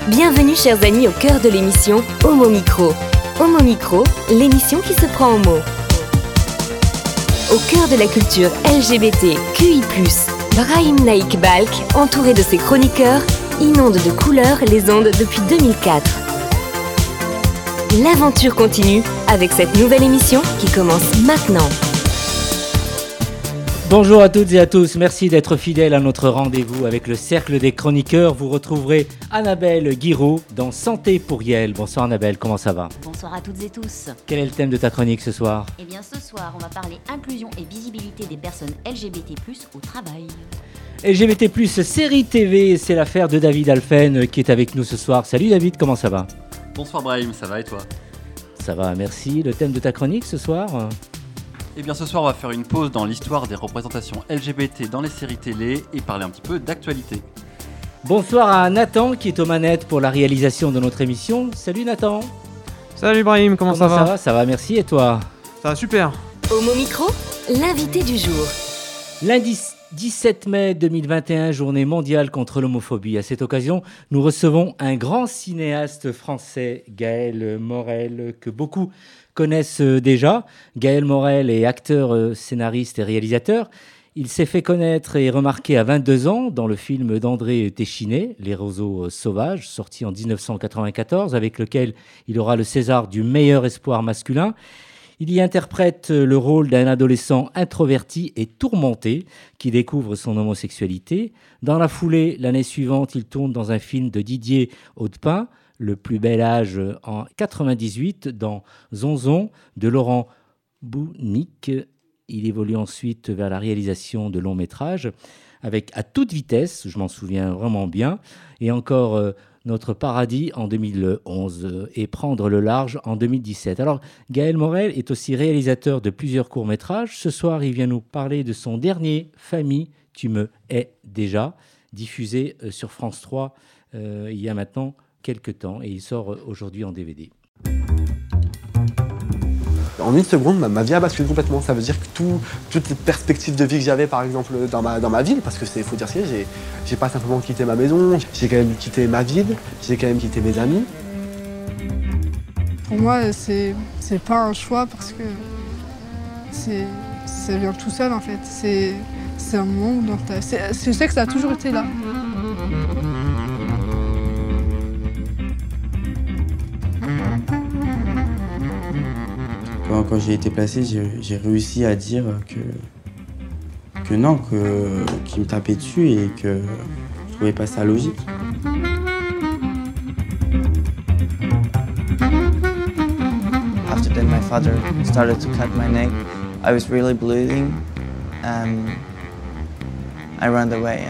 Bienvenue chers amis au cœur de l'émission Homo Micro. Homo Micro, l'émission qui se prend au mot. Au cœur de la culture LGBT, QI+, Brahim Naik Balk, entouré de ses chroniqueurs, inonde de couleurs les ondes depuis 2004. L'aventure continue avec cette nouvelle émission qui commence maintenant. Bonjour à toutes et à tous, merci d'être fidèles à notre rendez-vous avec le Cercle des Chroniqueurs. Vous retrouverez Annabelle Guiraud dans Santé pour Yael. Bonsoir Annabelle, comment ça va ? Bonsoir à toutes et tous. Quel est le thème de ta chronique ce soir ? Eh bien ce soir, on va parler inclusion et visibilité des personnes LGBT+, au travail. LGBT+, série TV, c'est l'affaire de David Alphen qui est avec nous ce soir. Salut David, comment ça va ? Bonsoir Brahim, ça va et toi ? Ça va, merci. Le thème de ta chronique ce soir ? Eh bien ce soir on va faire une pause dans l'histoire des représentations LGBT dans les séries télé et parler un petit peu d'actualité. Bonsoir à Nathan qui est aux manettes pour la réalisation de notre émission. Salut Nathan. Salut Brahim, comment ça va ? Ça va, merci, et toi ? Ça va super. Homo Micro, l'invité du jour. Lundi 17 mai 2021, journée mondiale contre l'homophobie. À cette occasion, nous recevons un grand cinéaste français, Gaël Morel, que beaucoup connaissent déjà. Gaël Morel est acteur, scénariste et réalisateur. Il s'est fait connaître et remarquer à 22 ans dans le film d'André Téchiné, Les roseaux sauvages, sorti en 1994, avec lequel il aura le César du meilleur espoir masculin. Il y interprète le rôle d'un adolescent introverti et tourmenté qui découvre son homosexualité. Dans la foulée, l'année suivante, il tourne dans un film de Didier Haudepin, Le plus bel âge, en 98, dans Zonzon de Laurent Bounic. Il évolue ensuite vers la réalisation de longs métrages avec À toute vitesse, je m'en souviens vraiment bien, et encore Notre paradis en 2011 et Prendre le large en 2017. Alors, Gaël Morel est aussi réalisateur de plusieurs courts-métrages. Ce soir, il vient nous parler de son dernier, Famille, tu me hais déjà, diffusé sur France 3 il y a maintenant quelques temps, et il sort aujourd'hui en DVD. En une seconde, ma vie a basculé complètement. Ça veut dire que toutes les perspectives de vie que j'avais, par exemple, dans ma ville, parce que faut dire ce qu'il y a, j'ai pas simplement quitté ma maison, j'ai quand même quitté ma ville, j'ai quand même quitté mes amis. Pour moi, c'est pas un choix parce que ça vient tout seul en fait. C'est un monde dont je sais que ça a toujours été là. Quand j'ai été placé, j'ai réussi à dire que non, qu'il me tapait dessus et que je trouvais pas ça logique. After that, my father started to cut my neck. I was really bleeding, and I ran away.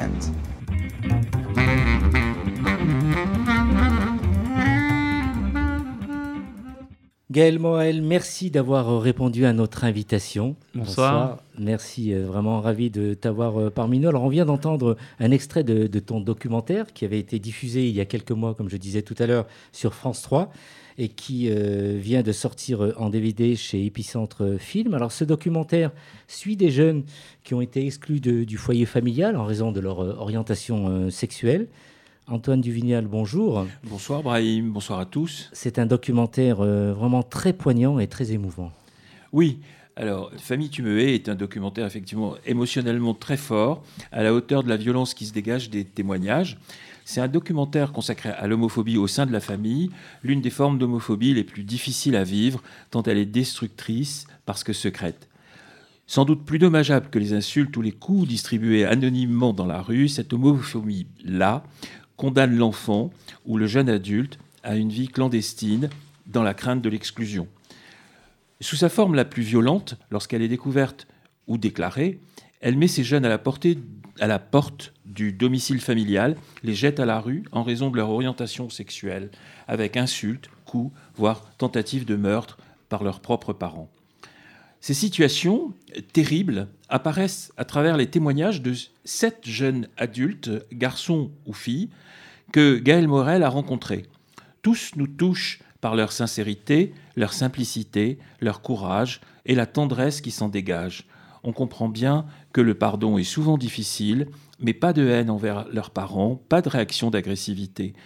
Gaël Morel, merci d'avoir répondu à notre invitation. Bonsoir. Merci, vraiment ravi de t'avoir parmi nous. Alors, on vient d'entendre un extrait de ton documentaire qui avait été diffusé il y a quelques mois, comme je disais tout à l'heure, sur France 3 et qui vient de sortir en DVD chez Épicentre Film. Alors, ce documentaire suit des jeunes qui ont été exclus du foyer familial en raison de leur orientation sexuelle. Antoine Duvignal, bonjour. Bonsoir Brahim, bonsoir à tous. C'est un documentaire vraiment très poignant et très émouvant. Oui, alors Famille tu me hais est un documentaire effectivement émotionnellement très fort, à la hauteur de la violence qui se dégage des témoignages. C'est un documentaire consacré à l'homophobie au sein de la famille, l'une des formes d'homophobie les plus difficiles à vivre, tant elle est destructrice parce que secrète. Sans doute plus dommageable que les insultes ou les coups distribués anonymement dans la rue, cette homophobie-là condamne l'enfant ou le jeune adulte à une vie clandestine dans la crainte de l'exclusion. Sous sa forme la plus violente, lorsqu'elle est découverte ou déclarée, elle met ces jeunes à la porte du domicile familial, les jette à la rue en raison de leur orientation sexuelle, avec insultes, coups, voire tentatives de meurtre par leurs propres parents. Ces situations terribles apparaissent à travers les témoignages de 7 jeunes adultes, garçons ou filles, que Gaël Morel a rencontrés. Tous nous touchent par leur sincérité, leur simplicité, leur courage et la tendresse qui s'en dégage. On comprend bien que le pardon est souvent difficile, mais pas de haine envers leurs parents, pas de réaction d'agressivité.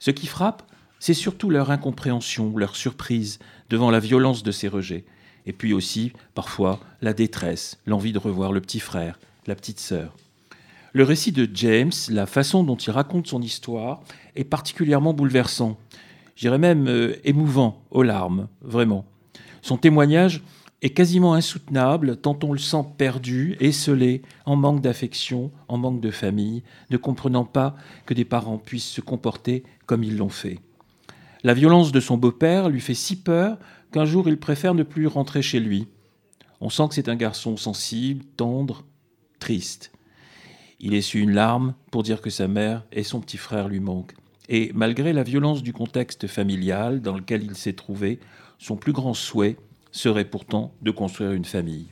Ce qui frappe, c'est surtout leur incompréhension, leur surprise devant la violence de ces rejets. Et puis aussi, parfois, la détresse, l'envie de revoir le petit frère, la petite sœur. Le récit de James, la façon dont il raconte son histoire, est particulièrement bouleversant. Je dirais même émouvant, aux larmes, vraiment. Son témoignage est quasiment insoutenable, tant on le sent perdu, esseulé, en manque d'affection, en manque de famille, ne comprenant pas que des parents puissent se comporter comme ils l'ont fait. La violence de son beau-père lui fait si peur qu'un jour il préfère ne plus rentrer chez lui. On sent que c'est un garçon sensible, tendre, triste. Il essuie une larme pour dire que sa mère et son petit frère lui manquent. Et malgré la violence du contexte familial dans lequel il s'est trouvé, son plus grand souhait serait pourtant de construire une famille.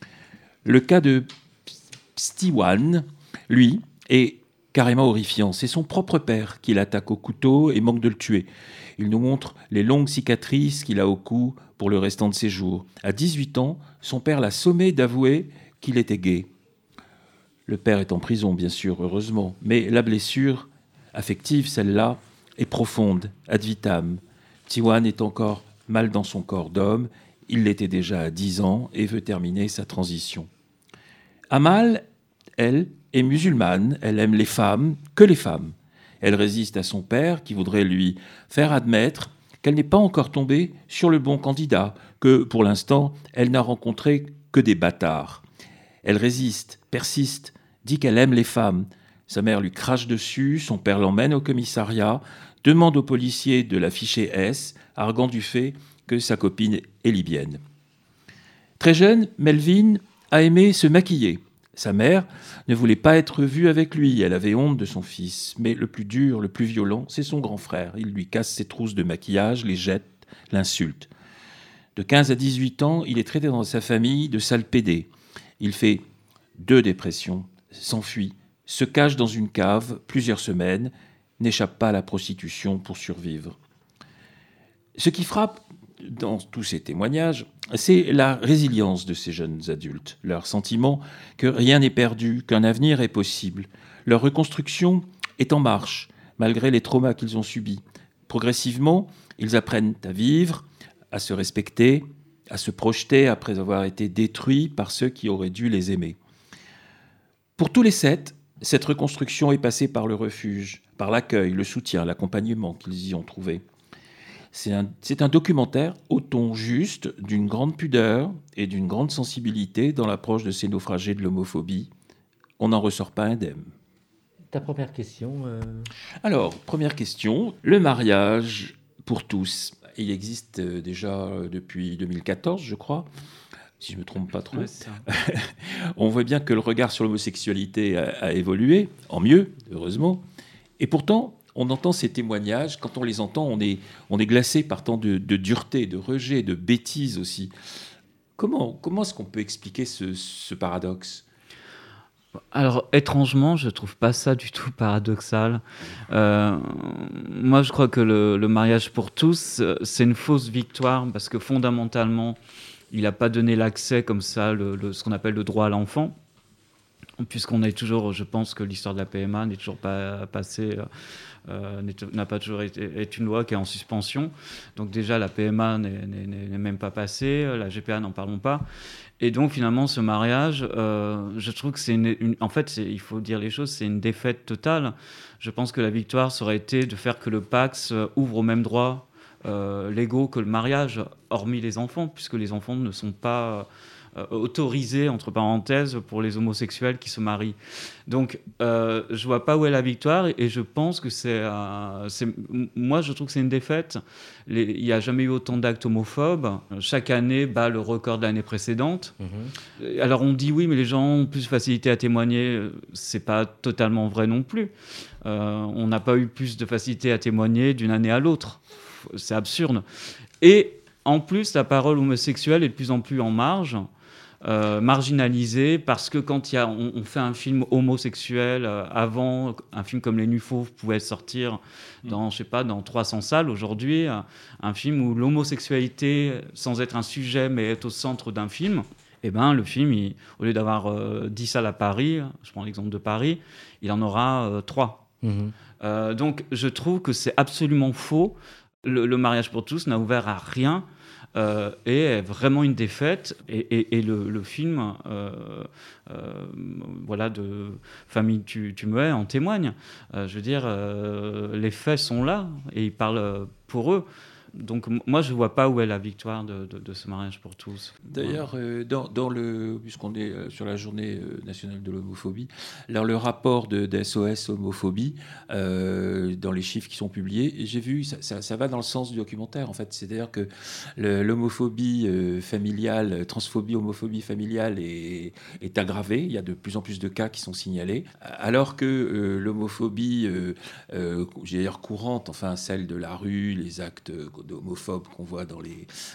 Le cas de Stiwan, lui, est carrément horrifiant. C'est son propre père qui l'attaque au couteau et manque de le tuer. Il nous montre les longues cicatrices qu'il a au cou pour le restant de ses jours. À 18 ans, son père l'a sommé d'avouer qu'il était gay. Le père est en prison, bien sûr, heureusement, mais la blessure affective, celle-là, est profonde, ad vitam. Tiwan est encore mal dans son corps d'homme, il l'était déjà à 10 ans et veut terminer sa transition. Amal, elle, est musulmane, elle aime les femmes, que les femmes. Elle résiste à son père qui voudrait lui faire admettre qu'elle n'est pas encore tombée sur le bon candidat, que pour l'instant, elle n'a rencontré que des bâtards. Elle résiste, persiste, dit qu'elle aime les femmes. Sa mère lui crache dessus, son père l'emmène au commissariat, demande aux policiers de la ficher S, arguant du fait que sa copine est libyenne. Très jeune, Melvin a aimé se maquiller. Sa mère ne voulait pas être vue avec lui, elle avait honte de son fils. Mais le plus dur, le plus violent, c'est son grand frère. Il lui casse ses trousses de maquillage, les jette, l'insulte. De 15 à 18 ans, il est traité dans sa famille de sale pédé. Il fait 2 dépressions, s'enfuit, se cache dans une cave plusieurs semaines, n'échappe pas à la prostitution pour survivre. Ce qui frappe dans tous ces témoignages, c'est la résilience de ces jeunes adultes, leur sentiment que rien n'est perdu, qu'un avenir est possible. Leur reconstruction est en marche, malgré les traumas qu'ils ont subis. Progressivement, ils apprennent à vivre, à se respecter, à se projeter après avoir été détruits par ceux qui auraient dû les aimer. Pour tous les 7, cette reconstruction est passée par le refuge, par l'accueil, le soutien, l'accompagnement qu'ils y ont trouvé. C'est un documentaire au ton juste, d'une grande pudeur et d'une grande sensibilité dans l'approche de ces naufragés de l'homophobie. On n'en ressort pas indemne. Ta première question Alors, première question, le mariage pour tous. Il existe déjà depuis 2014, je crois, si je ne me trompe pas trop. Ouais, on voit bien que le regard sur l'homosexualité a évolué, en mieux, heureusement. Et pourtant, on entend ces témoignages, quand on les entend, on est glacé par tant de dureté, de rejet, de bêtises aussi. Comment est-ce qu'on peut expliquer ce paradoxe ? Alors, étrangement, je ne trouve pas ça du tout paradoxal. Moi, je crois que le mariage pour tous, c'est une fausse victoire, parce que fondamentalement, il n'a pas donné l'accès comme ça, ce qu'on appelle le droit à l'enfant. Puisqu'on est toujours, je pense que l'histoire de la PMA n'est toujours pas passée, n'a pas toujours est une loi qui est en suspension. Donc déjà, la PMA n'est même pas passée, la GPA, n'en parlons pas. Et donc finalement, ce mariage, je trouve que en fait, il faut dire les choses, c'est une défaite totale. Je pense que la victoire, ça aurait été de faire que le Pacs ouvre aux mêmes droits légaux que le mariage, hormis les enfants, puisque les enfants ne sont pas autorisé, entre parenthèses, pour les homosexuels qui se marient. Donc, je vois pas où est la victoire, et je pense que moi, je trouve que c'est une défaite. Il n'y a jamais eu autant d'actes homophobes. Chaque année bat le record de l'année précédente. Mmh. Alors, on dit oui, mais les gens ont plus de facilité à témoigner. C'est pas totalement vrai non plus. On n'a pas eu plus de facilité à témoigner d'une année à l'autre. C'est absurde. Et en plus, la parole homosexuelle est de plus en plus en marge. Marginalisé, parce que quand on fait un film homosexuel, avant, un film comme Les Nus Fauves pouvait sortir dans 300 salles. Aujourd'hui, un film où l'homosexualité, sans être un sujet, mais est au centre d'un film, eh ben, le film, au lieu d'avoir 10 salles à Paris, je prends l'exemple de Paris, il en aura 3. Donc je trouve que c'est absolument faux. Le mariage pour tous n'a ouvert à rien. Et est vraiment une défaite. Et le film de Famille tu me hais en témoigne. Je veux dire, les faits sont là et ils parlent pour eux. Donc moi, je ne vois pas où est la victoire de ce mariage pour tous. D'ailleurs, puisqu'on est sur la journée nationale de l'homophobie, alors le rapport de SOS Homophobie, dans les chiffres qui sont publiés, j'ai vu, ça va dans le sens du documentaire, en fait. C'est-à-dire que l'homophobie familiale, transphobie, homophobie familiale est aggravée. Il y a de plus en plus de cas qui sont signalés. Alors que l'homophobie, j'ai d'ailleurs courante, enfin celle de la rue, les actes homophobes qu'on voit dans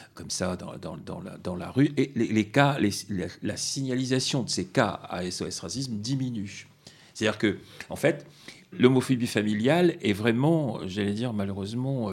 la rue, et les cas, la signalisation de ces cas à SOS Racisme diminue. C'est-à-dire que, en fait, l'homophobie familiale est vraiment, j'allais dire malheureusement,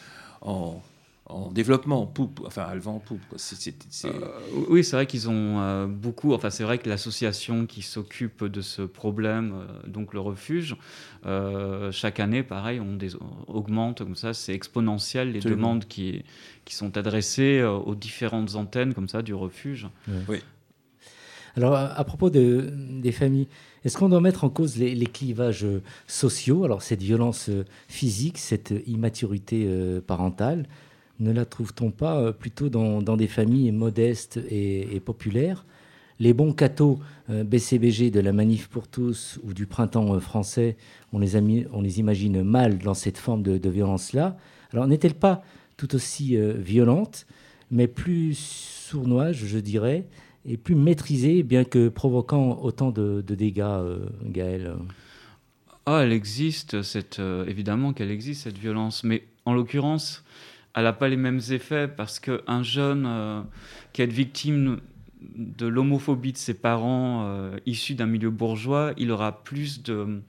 en développement, en poupe, enfin, elle va en poupe. Oui, c'est vrai qu'ils ont beaucoup. Enfin, c'est vrai que l'association qui s'occupe de ce problème, donc le refuge, chaque année, pareil, augmente comme ça. C'est exponentiel les demandes qui sont adressées aux différentes antennes comme ça du refuge. Oui. Alors, à propos des familles, est-ce qu'on doit mettre en cause les clivages sociaux? Alors, cette violence physique, cette immaturité parentale, ne la trouve-t-on pas plutôt dans des familles modestes et populaires? Les bons cathos BCBG de la Manif pour tous ou du Printemps français, on les imagine mal dans cette forme de violence-là. Alors, n'est-elle pas tout aussi violente, mais plus sournoise, je dirais, et plus maîtrisée, bien que provoquant autant de dégâts, Gaël? Elle existe, évidemment qu'elle existe, cette violence. Mais en l'occurrence, elle n'a pas les mêmes effets parce qu'un jeune qui est victime de l'homophobie de ses parents issus d'un milieu bourgeois, il aura plus de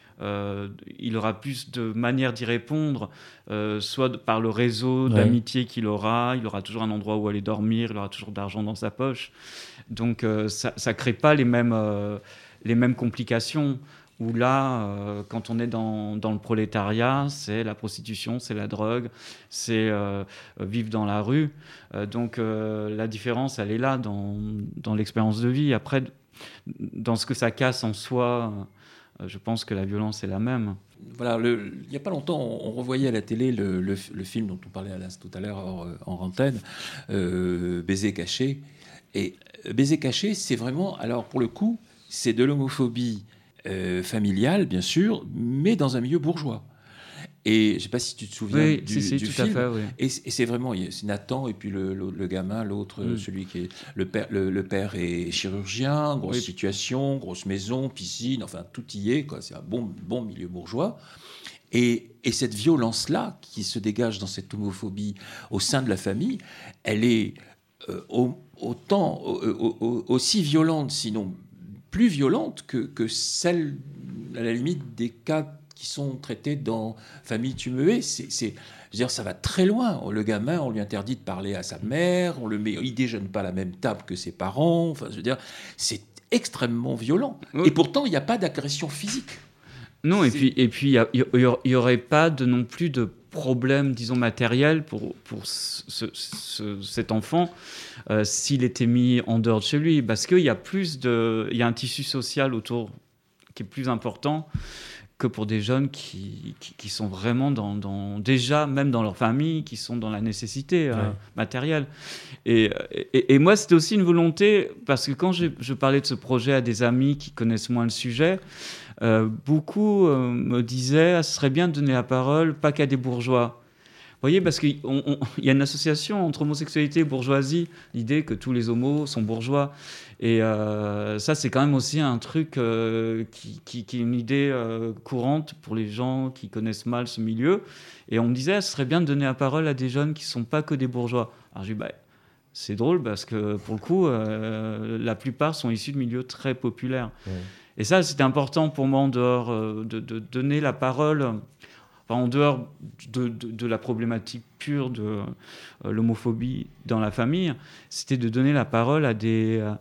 manières d'y répondre, soit par le réseau d'amitié qu'il aura, il aura toujours un endroit où aller dormir, il aura toujours d'argent dans sa poche. Donc ça ne crée pas les mêmes complications. Où là, quand on est dans le prolétariat, c'est la prostitution, c'est la drogue, c'est vivre dans la rue. Donc la différence, elle est là dans l'expérience de vie. Après, dans ce que ça casse en soi, je pense que la violence est la même. Voilà, il n'y a pas longtemps, on revoyait à la télé le film dont on parlait tout à l'heure en antenne, Baiser caché. Et Baiser caché, c'est vraiment, alors pour le coup, c'est de l'homophobie familiale, bien sûr, mais dans un milieu bourgeois. Et je ne sais pas si tu te souviens du tout film. À fait, oui. Et c'est vraiment, c'est Nathan et puis le gamin, l'autre, celui qui est le père est chirurgien, grosse situation, grosse maison, piscine, enfin tout y est, quoi. C'est un bon milieu bourgeois. Et cette violence-là qui se dégage dans cette homophobie au sein de la famille, elle est aussi violente, sinon plus violente que celle, à la limite, des cas qui sont traités dans Famille tu me hais. Je veux dire, ça va très loin. Le gamin, on lui interdit de parler à sa mère, il déjeune pas à la même table que ses parents. Enfin, je veux dire, c'est extrêmement violent. Oui. Et pourtant, il n'y a pas d'agression physique. Non, et puis il y aurait pas non plus de problème, disons, matériel pour cet enfant s'il était mis en dehors de chez lui, parce qu'il y a un tissu social autour qui est plus important que pour des jeunes qui sont vraiment déjà, même dans leur famille, qui sont dans la nécessité matérielle. Et moi, c'était aussi une volonté, parce que quand je parlais de ce projet à des amis qui connaissent moins le sujet, beaucoup me disaient ce serait bien de donner la parole pas qu'à des bourgeois. Vous voyez, parce qu'il y a une association entre homosexualité et bourgeoisie, l'idée que tous les homos sont bourgeois. Et ça, c'est quand même aussi un truc qui est une idée courante pour les gens qui connaissent mal ce milieu. Et on me disait ce serait bien de donner la parole à des jeunes qui ne sont pas que des bourgeois. Alors j'ai dit c'est drôle parce que pour le coup, la plupart sont issus de milieux très populaires. Ouais. Et ça, c'était important pour moi en dehors de donner la parole, en dehors de la problématique pure de l'homophobie dans la famille, c'était de donner la parole à des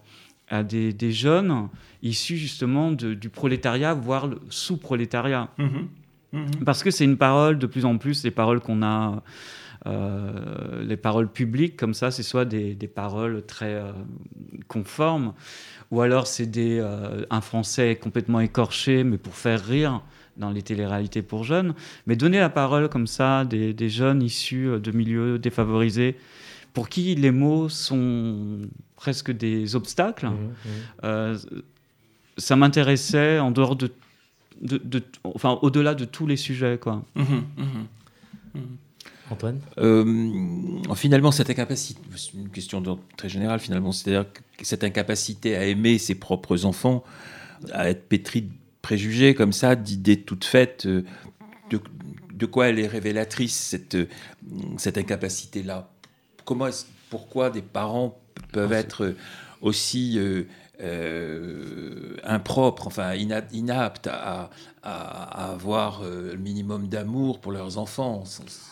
à des jeunes issus justement du prolétariat, voire le sous-prolétariat. Parce que c'est une parole, de plus en plus, les paroles qu'on a, les paroles publiques comme ça, c'est soit des paroles très conformes, ou alors c'est un français complètement écorché, mais pour faire rire, dans les téléréalités pour jeunes. Mais donner la parole comme ça, des jeunes issus de milieux défavorisés, pour qui les mots sont presque des obstacles, ça m'intéressait en dehors enfin, au-delà de tous les sujets, quoi. Antoine ? Finalement, cette incapacité, c'est une question très générale, finalement, c'est-à-dire que cette incapacité à aimer ses propres enfants, à être pétri de préjugés comme ça, d'idées toutes faites, de quoi elle est révélatrice, cette incapacité-là. Pourquoi des parents peuvent être aussi impropres, enfin inaptes à avoir le minimum d'amour pour leurs enfants.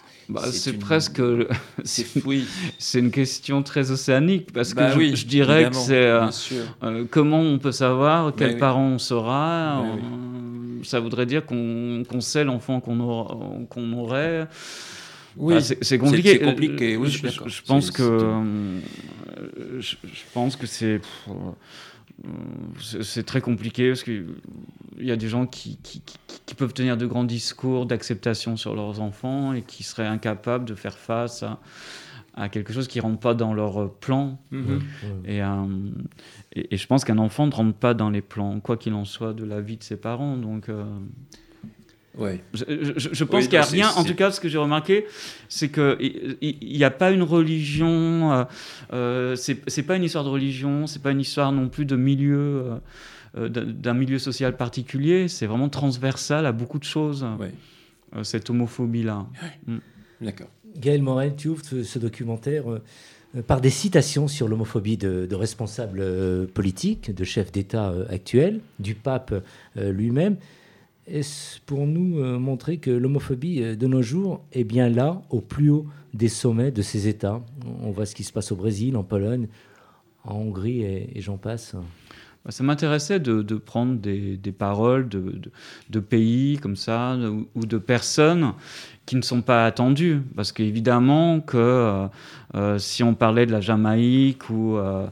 C'est une question très océanique, parce que je dirais que c'est comment on peut savoir quel parent on sera. Ça voudrait dire qu'on sait l'enfant qu'on aurait. Oui, c'est compliqué. C'est compliqué. Oui, je pense que c'est très compliqué, parce qu'il y a des gens qui peuvent tenir de grands discours d'acceptation sur leurs enfants et qui seraient incapables de faire face à quelque chose qui ne rentre pas dans leur plan. Et je pense qu'un enfant ne rentre pas dans les plans, quoi qu'il en soit, de la vie de ses parents. Donc, je pense qu'il n'y a rien. En tout cas, ce que j'ai remarqué, c'est qu'il n'y a pas une religion. C'est pas une histoire de religion. C'est pas une histoire non plus de milieu, d'un milieu social particulier. C'est vraiment transversal à beaucoup de choses. Cette homophobie-là. D'accord. Gaël Morel, tu ouvres ce documentaire par des citations sur l'homophobie de responsables politiques, de chefs d'État actuels, du pape lui-même. Est-ce pour nous montrer que l'homophobie de nos jours est bien là, au plus haut des sommets de ces États? On voit ce qui se passe au Brésil, en Pologne, en Hongrie et j'en passe. Ça m'intéressait de prendre des paroles de pays comme ça, ou de personnes qui ne sont pas attendues. Parce qu'évidemment que si on parlait de la Jamaïque ou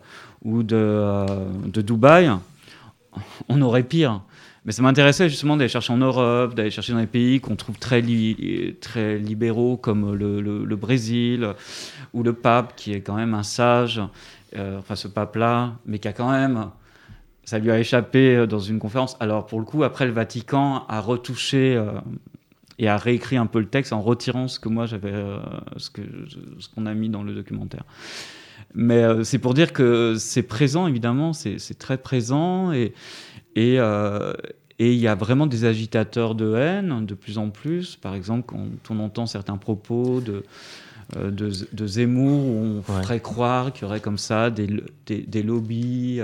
de Dubaï, on aurait pire. Mais ça m'intéressait justement d'aller chercher en Europe, d'aller chercher dans des pays qu'on trouve très libéraux, comme le Brésil, ou le pape, qui est quand même un sage, ce pape-là, mais qui a quand même... Ça lui a échappé dans une conférence. Alors, pour le coup, après, le Vatican a retouché et a réécrit un peu le texte en retirant ce que moi j'avais, ce qu'on a mis dans le documentaire. Mais c'est pour dire que c'est présent, évidemment, c'est très présent, et il y a vraiment des agitateurs de haine de plus en plus. Par exemple, quand on entend certains propos de Zemmour, où on ferait croire qu'il y aurait comme ça des lobbies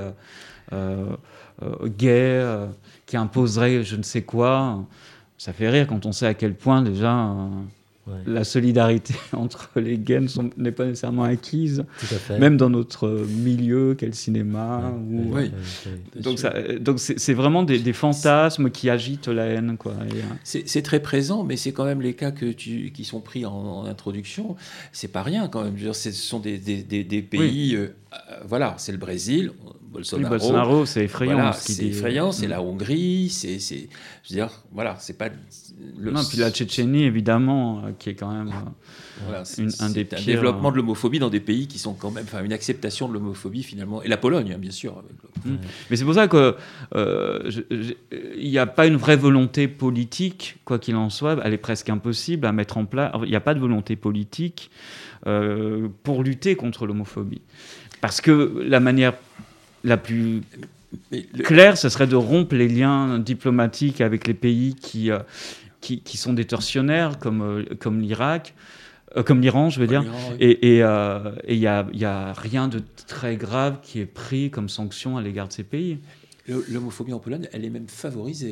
gays qui imposeraient je ne sais quoi. Ça fait rire quand on sait à quel point déjà la solidarité entre les gays n'est pas nécessairement acquise, même dans notre milieu, qu'est le cinéma. Donc c'est vraiment des fantasmes qui agitent la haine, quoi. C'est très présent, mais c'est quand même les cas qui sont pris en introduction. C'est pas rien quand même. Je veux dire, ce sont des pays. Voilà, c'est le Brésil. Bolsonaro, c'est effrayant. Voilà, c'est effrayant. C'est la Hongrie. Je veux dire, voilà, c'est pas. Puis la Tchétchénie, évidemment, qui est quand même un des pires. Un développement de l'homophobie dans des pays qui sont quand même, une acceptation de l'homophobie finalement, et la Pologne, bien sûr. Mais c'est pour ça que il n'y a pas une vraie volonté politique, quoi qu'il en soit. Elle est presque impossible à mettre en place. Il n'y a pas de volonté politique pour lutter contre l'homophobie, parce que la manière la plus claire, ce serait de rompre les liens diplomatiques avec les pays qui sont des tortionnaires, comme l'Irak, comme l'Iran, je veux dire. Et il y a rien de très grave qui est pris comme sanction à l'égard de ces pays. L'homophobie en Pologne, elle est même favorisée.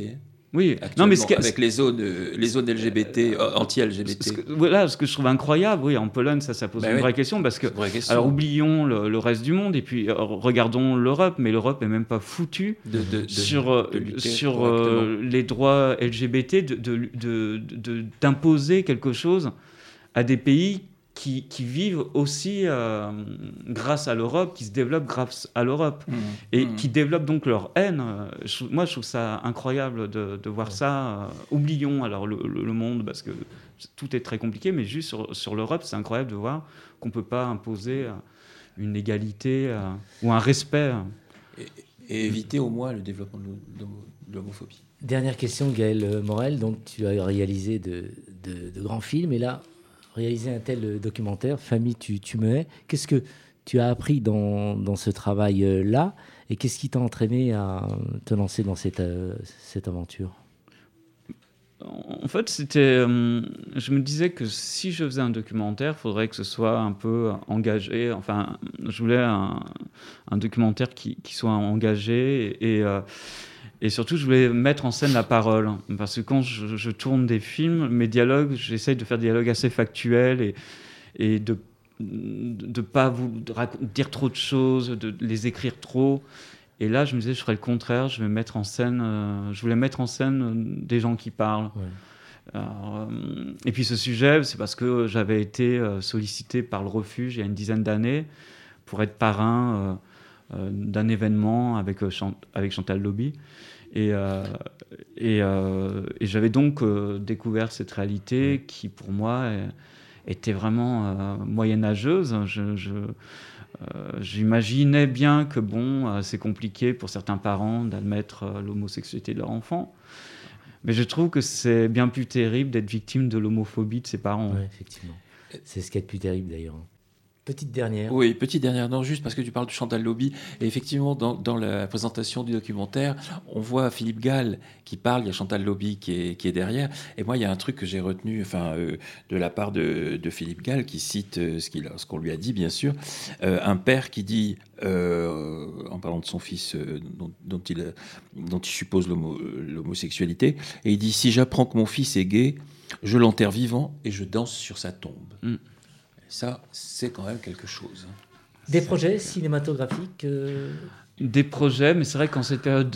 Oui, non, mais avec les zones LGBT, anti-LGBT. Ce que je trouve incroyable, oui, en Pologne, ça pose une vraie question, parce que, alors oublions le reste du monde, et puis regardons l'Europe, mais l'Europe n'est même pas foutue sur les droits LGBT, d'imposer quelque chose à des pays qui vivent aussi grâce à l'Europe, qui se développent grâce à l'Europe, et qui développent donc leur haine. Moi, je trouve ça incroyable de voir ça. Oublions alors le monde, parce que tout est très compliqué, mais juste sur l'Europe, c'est incroyable de voir qu'on ne peut pas imposer une égalité ou un respect. Et éviter au moins le développement de l'homophobie. Dernière question, Gaël Morel. Donc, tu as réalisé de grands films, et là, réaliser un tel documentaire, Famille, tu me hais. Qu'est-ce que tu as appris dans ce travail-là, et qu'est-ce qui t'a entraîné à te lancer dans cette aventure ? En fait, je me disais que si je faisais un documentaire, il faudrait que ce soit un peu engagé. Enfin, je voulais un documentaire qui soit engagé, et surtout, je voulais mettre en scène la parole. Parce que quand je tourne des films, mes dialogues, j'essaye de faire des dialogues assez factuels et de ne pas dire trop de choses, de les écrire trop. Et là, je me disais, je ferais le contraire. Je voulais mettre en scène des gens qui parlent. Ouais. Et puis ce sujet, c'est parce que j'avais été sollicité par le Refuge il y a une dizaine d'années pour être parrain d'un événement avec Chantal Lobby. Et j'avais donc découvert cette réalité qui, pour moi, était vraiment moyenâgeuse. J'imaginais bien que c'est compliqué pour certains parents d'admettre l'homosexualité de leur enfant. Mais je trouve que c'est bien plus terrible d'être victime de l'homophobie de ses parents. Oui, effectivement. C'est ce qui est le plus terrible, d'ailleurs. Petite dernière. Oui, petite dernière. Non, juste parce que tu parles de Chantal Lobby. Et effectivement, dans la présentation du documentaire, on voit Philippe Gall qui parle. Il y a Chantal Lobby qui est derrière. Et moi, il y a un truc que j'ai retenu de la part de Philippe Gall qui cite ce qu'on lui a dit, bien sûr. Un père qui dit, en parlant de son fils dont il suppose l'homosexualité, et il dit « Si j'apprends que mon fils est gay, je l'enterre vivant et je danse sur sa tombe. » Ça, c'est quand même quelque chose. Des projets cinématographiques Des projets, mais c'est vrai qu'en cette période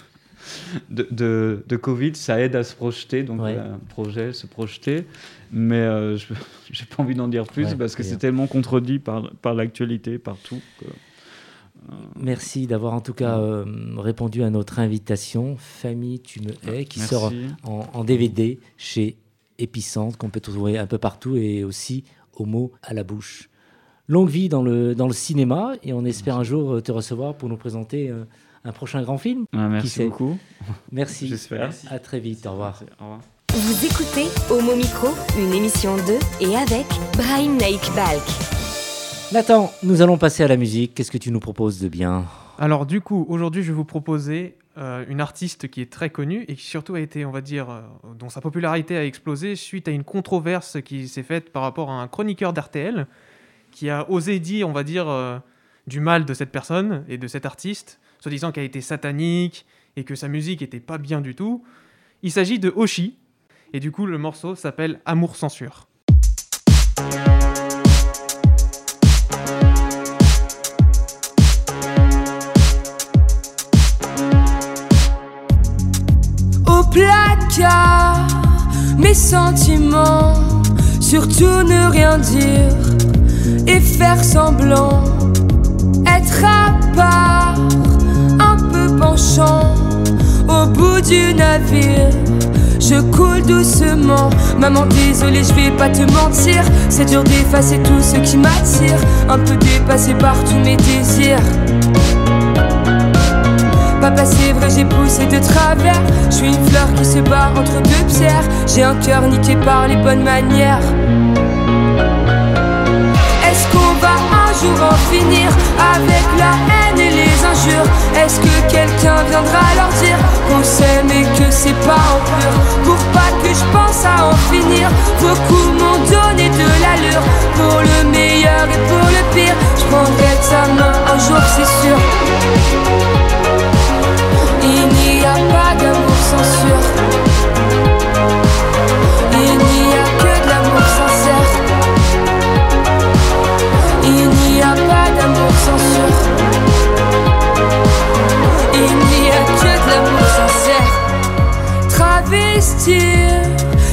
de Covid, ça aide à se projeter, donc un projet, se projeter. Mais je n'ai pas envie d'en dire plus parce que c'est tellement contredit par l'actualité, partout. Merci d'avoir en tout cas répondu à notre invitation. Famille, tu me hais, qui sort en DVD chez Épicentre, qu'on peut trouver un peu partout, et aussi Homo à la bouche. Longue vie dans le cinéma, et on espère un jour te recevoir pour nous présenter un prochain grand film. Merci beaucoup. Merci. J'espère. À très vite. Au revoir. Au revoir. Vous écoutez Homo Micro, une émission de et avec Brahim Naik Balk. Nathan, nous allons passer à la musique. Qu'est-ce que tu nous proposes de bien ? Alors du coup, aujourd'hui, je vais vous proposer une artiste qui est très connue et qui surtout a été, on va dire, dont sa popularité a explosé suite à une controverse qui s'est faite par rapport à un chroniqueur d'RTL qui a osé dire, on va dire, du mal de cette personne et de cet artiste, soi-disant qu'elle était satanique et que sa musique était pas bien du tout. Il s'agit de Oshi, et du coup, le morceau s'appelle Amour Censure. Placard, mes sentiments, surtout ne rien dire et faire semblant, être à part, un peu penchant, au bout du navire, je coule doucement. Maman désolée, je vais pas te mentir, c'est dur d'effacer tout ce qui m'attire, un peu dépassé par tous mes désirs. Papa, c'est vrai, j'ai poussé de travers. Je suis une fleur qui se bat entre deux pierres. J'ai un cœur niqué par les bonnes manières. Est-ce qu'on va un jour en finir avec la haine et les injures? Est-ce que quelqu'un viendra leur dire qu'on s'aime et que c'est pas en pur? Pour pas que je pense à en finir, beaucoup m'ont donné de l'allure. Pour le meilleur et pour le pire, je prendrai ta main un jour, c'est sûr. Il n'y a pas d'amour censure.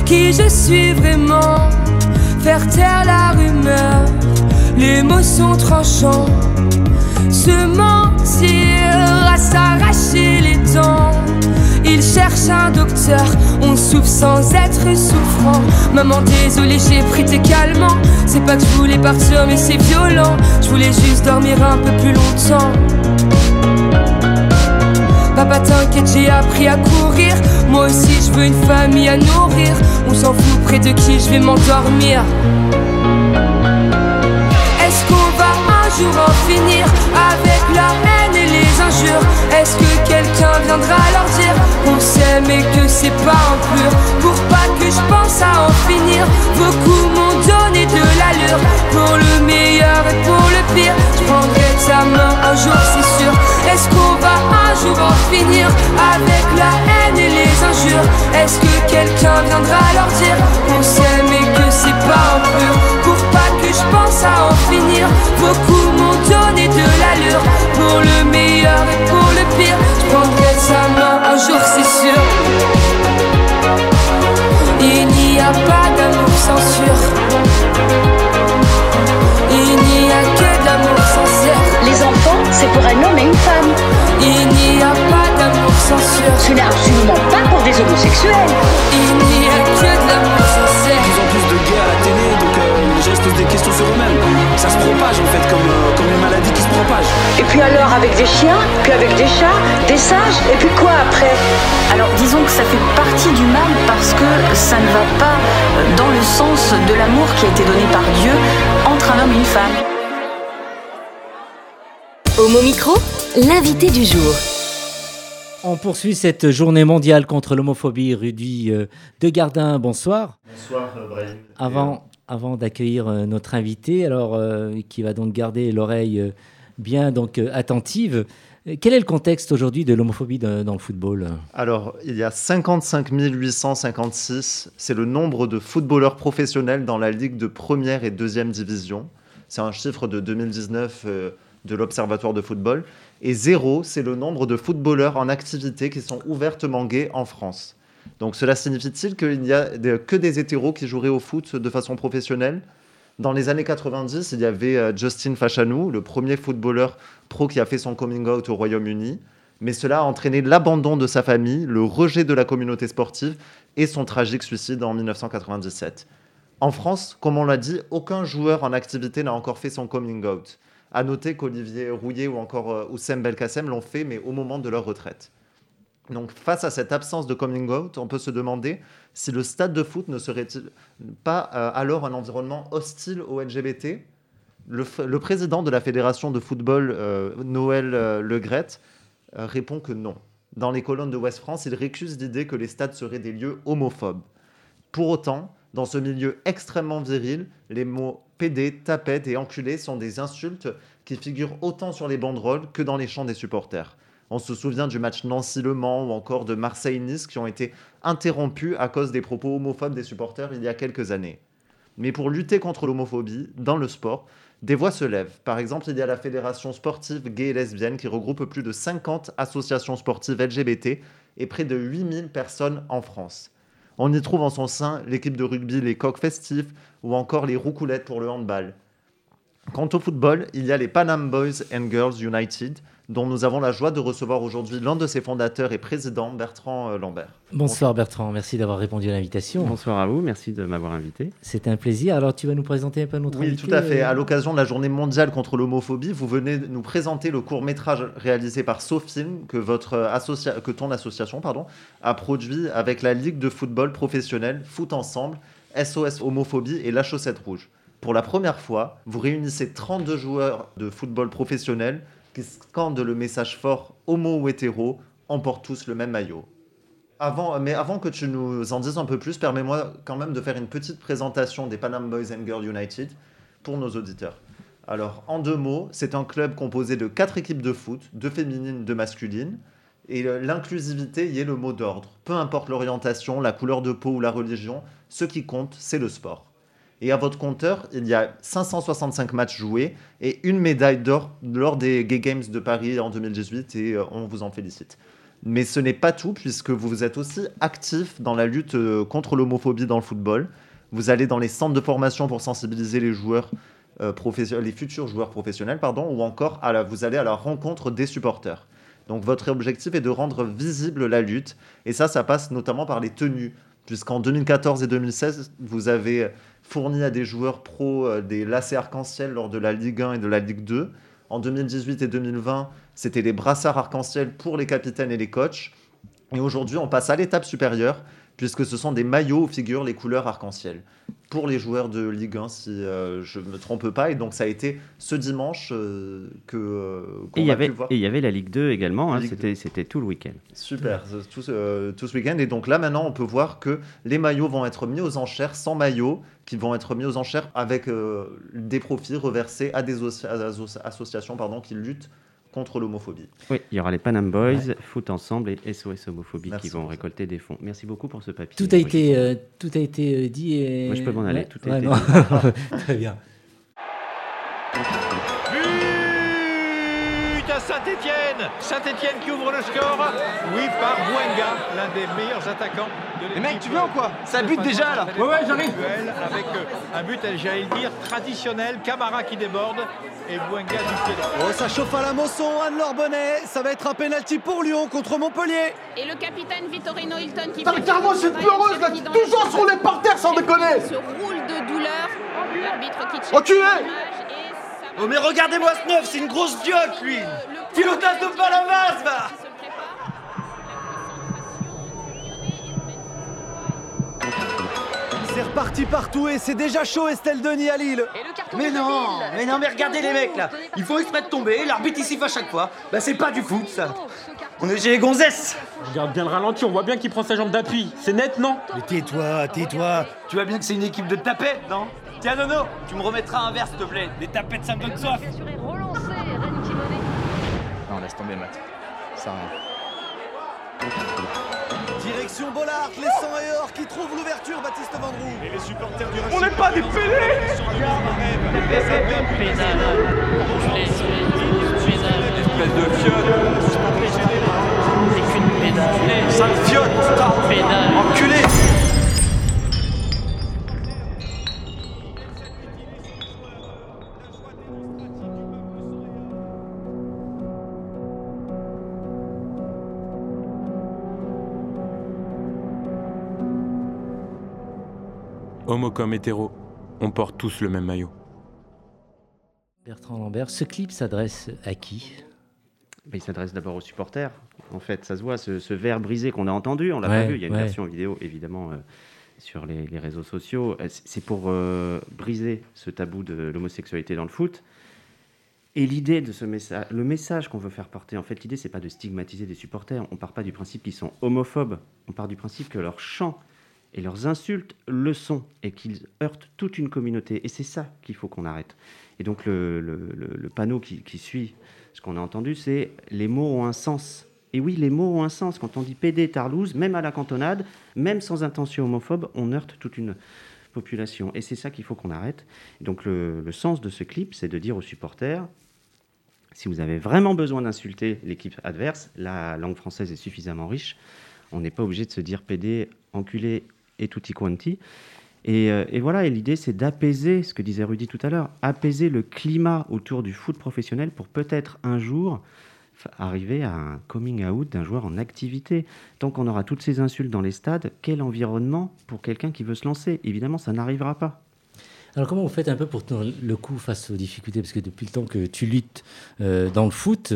qui je suis vraiment. Faire taire la rumeur, les mots sont tranchants. Se mentir à s'arracher les dents. Il cherche un docteur, on souffre sans être souffrant. Maman désolée j'ai pris tes calmants. C'est pas que je voulais partir mais c'est violent. Je voulais juste dormir un peu plus longtemps. Papa t'inquiète j'ai appris à courir. Moi aussi je veux une famille à nourrir. On s'en fout près de qui je vais m'endormir. Est-ce qu'on va un jour en finir avec la haine et les injures? Est-ce que quelqu'un viendra leur dire qu'on s'aime et que c'est pas impur? Pour pas que je pense à en finir, vos coups m'ont donné de l'allure. Pour le meilleur et pour le pire, je prendrai ta main un jour c'est sûr. Est-ce qu'on va un jour en finir avec la haine et les injures? Est-ce que quelqu'un viendra leur dire qu'on s'aime et que c'est pas impur? Pour pas que je pense à en finir, vos coups m'ont donné de l'allure. Pour le meilleur et pour le pire, je prendrai sa main un jour c'est sûr. Il n'y a pas d'amour sans sûr. Il n'y a que de l'amour sincère. Les enfants, c'est pour un homme et une femme. Il n'y a pas d'amour sans sûr. Ce n'est absolument pas pour des homosexuels. Il n'y a que de l'amour sincère. De plus en plus de gays à la télé, donc les gens se posent des questions sur eux-mêmes. Ça se propage en fait, comme une maladie qui se propage. Et puis alors avec des chiens, puis avec des chats, des singes, et puis quoi après? Alors disons que ça fait partie du mal parce que ça ne va pas dans le sens de l'amour qui a été donné par Dieu entre un homme et une femme. Homo Micro, l'invité du jour. On poursuit cette journée mondiale contre l'homophobie. Rudy Degardin, bonsoir. Bonsoir, Brahim. Avant d'accueillir notre invité, alors qui va donc garder l'oreille bien donc attentive, quel est le contexte aujourd'hui de l'homophobie dans le football? Alors, il y a 55 856, c'est le nombre de footballeurs professionnels dans la Ligue de première et deuxième division. C'est un chiffre de 2019 de l'Observatoire de football. Et 0, c'est le nombre de footballeurs en activité qui sont ouvertement gays en France. Donc cela signifie-t-il qu'il n'y a que des hétéros qui joueraient au foot de façon professionnelle? Dans les années 90, il y avait Justin Fashanu, le premier footballeur pro qui a fait son coming out au Royaume-Uni. Mais cela a entraîné l'abandon de sa famille, le rejet de la communauté sportive et son tragique suicide en 1997. En France, comme on l'a dit, aucun joueur en activité n'a encore fait son coming out. À noter qu'Olivier Rouillet ou encore Oussem Belkacem l'ont fait, mais au moment de leur retraite. Donc, face à cette absence de coming out, on peut se demander si le stade de foot ne serait-il pas alors un environnement hostile aux LGBT. Le président de la Fédération de football, Noël Le Graët, répond que non. Dans les colonnes de Ouest France, il récuse l'idée que les stades seraient des lieux homophobes. Pour autant, dans ce milieu extrêmement viril, les mots PD, tapette et enculé sont des insultes qui figurent autant sur les banderoles que dans les chants des supporters. On se souvient du match Nancy-Le Mans ou encore de Marseille-Nice qui ont été interrompus à cause des propos homophobes des supporters il y a quelques années. Mais pour lutter contre l'homophobie, dans le sport, des voix se lèvent. Par exemple, il y a la Fédération sportive gay et lesbienne qui regroupe plus de 50 associations sportives LGBT et près de 8000 personnes en France. On y trouve en son sein l'équipe de rugby, les Coqs Festifs ou encore les Roucoulettes pour le handball. Quant au football, il y a les Panam Boys and Girls United, dont nous avons la joie de recevoir aujourd'hui l'un de ses fondateurs et présidents, Bertrand Lambert. Bonsoir Bertrand, merci d'avoir répondu à l'invitation. Bonsoir à vous, merci de m'avoir invité. C'est un plaisir. Alors tu vas nous présenter un peu notre invité? Oui, tout à fait. À l'occasion de la journée mondiale contre l'homophobie, vous venez nous présenter le court-métrage réalisé par SoFilm que ton association a produit avec la Ligue de football professionnel Foot Ensemble, SOS Homophobie et La Chaussette Rouge. Pour la première fois, vous réunissez 32 joueurs de football professionnel qui scandent le message fort « homo ou hétéro, on porte tous le même maillot ». Avant que tu nous en dises un peu plus, permets-moi quand même de faire une petite présentation des Panam Boys and Girls United pour nos auditeurs. Alors, en 2 mots, c'est un club composé de 4 équipes de foot, 2 féminines, 2 masculines, et l'inclusivité y est le mot d'ordre. Peu importe l'orientation, la couleur de peau ou la religion, ce qui compte, c'est le sport. Et à votre compteur, il y a 565 matchs joués et une médaille d'or lors des Gay Games de Paris en 2018 et on vous en félicite. Mais ce n'est pas tout, puisque vous êtes aussi actif dans la lutte contre l'homophobie dans le football. Vous allez dans les centres de formation pour sensibiliser les joueurs les futurs joueurs professionnels, ou encore vous allez à la rencontre des supporters. Donc votre objectif est de rendre visible la lutte, et ça passe notamment par les tenues, puisqu'en 2014 et 2016, vous avez fourni à des joueurs pros des lacets arc-en-ciel lors de la Ligue 1 et de la Ligue 2. En 2018 et 2020, c'était les brassards arc-en-ciel pour les capitaines et les coachs. Et aujourd'hui, on passe à l'étape supérieure, puisque ce sont des maillots où figurent les couleurs arc-en-ciel pour les joueurs de Ligue 1, si je ne me trompe pas. Et donc, ça a été ce dimanche qu'on a pu voir. Et il y avait la Ligue 2 également, c'était tout le week-end. Super, tout ce week-end. Et donc là, maintenant, on peut voir que les maillots vont être mis aux enchères, 100 maillots qui vont être mis aux enchères avec des profits reversés à des associations qui luttent contre l'homophobie. Oui, il y aura les Panam Boys, Foot Ensemble et SOS Homophobie qui vont récolter des fonds. Merci beaucoup pour ce papier. Tout a été dit et... Moi, je peux m'en aller. Tout a été dit. Très bien. Saint-Étienne qui ouvre le score. Oui, par Bouenga, l'un des meilleurs attaquants de l'équipe. Mais mec, tu veux ou quoi? Ça bute déjà là. Ouais, j'arrive. Avec un but, j'allais le dire, traditionnel. Camara qui déborde et Bouenga du pied droit. Oh, ça chauffe à la Mosson, Anne-Laure Bonnet. Ça va être un penalty pour Lyon contre Montpellier. Et le capitaine Vittorino Hilton qui... Carrément, c'est pleureuse là, toujours sur les parterres sans déconner. Se roule de douleur. L'arbitre qui... Enculé. Oh mais regardez-moi ce neuf, c'est une grosse vioque lui. Pilotage de Palavas, va. C'est reparti partout et c'est déjà chaud Estelle Denis à Lille. Mais non, mais regardez les mecs là. Ils font exprès de tomber, l'arbitre il siffle à chaque fois. Bah c'est pas du foot ça. On est chez les gonzesses. Regarde bien le ralenti, on voit bien qu'il prend sa jambe d'appui. C'est net, non? Mais tais-toi. Tu vois bien que c'est une équipe de tapettes, non? Tiens Nono, tu me remettras un verre s'il te plaît. Les tapettes ça me donne soif. Non, laisse tomber Matt. Ça rien. Direction Bollard, les 100 et or qui trouvent l'ouverture, Baptiste Vendroux. Et les supporters du On n'est pas des pélés. Espèce de fiotte. C'est qu'une pédale. Sale fiotte, putain. Pédale. Enculé. Homo comme hétéro, on porte tous le même maillot. Bertrand Lambert, ce clip s'adresse à qui? Il s'adresse d'abord aux supporters. En fait, ça se voit, ce verre brisé qu'on a entendu, on l'a pas vu, il y a une version vidéo évidemment sur les réseaux sociaux. C'est pour briser ce tabou de l'homosexualité dans le foot. Et l'idée de ce message, le message qu'on veut faire porter, en fait, l'idée, c'est pas de stigmatiser des supporters. On part pas du principe qu'ils sont homophobes. On part du principe que leurs chants et leurs insultes le sont et qu'ils heurtent toute une communauté. Et c'est ça qu'il faut qu'on arrête. Et donc le panneau qui suit ce qu'on a entendu, c'est « les mots ont un sens ». Et oui, les mots ont un sens. Quand on dit PD, tarlouse, même à la cantonade, même sans intention homophobe, on heurte toute une population. Et c'est ça qu'il faut qu'on arrête. Et donc le sens de ce clip, c'est de dire aux supporters, si vous avez vraiment besoin d'insulter l'équipe adverse, la langue française est suffisamment riche, on n'est pas obligé de se dire PD, enculé et tutti quanti. Et voilà, et l'idée, c'est d'apaiser, ce que disait Rudy tout à l'heure, apaiser le climat autour du foot professionnel pour peut-être un jour arriver à un coming out d'un joueur en activité. Tant qu'on aura toutes ces insultes dans les stades, quel environnement pour quelqu'un qui veut se lancer? Évidemment, ça n'arrivera pas. Alors comment vous faites un peu pour tenir le coup face aux difficultés? Parce que depuis le temps que tu luttes dans le foot,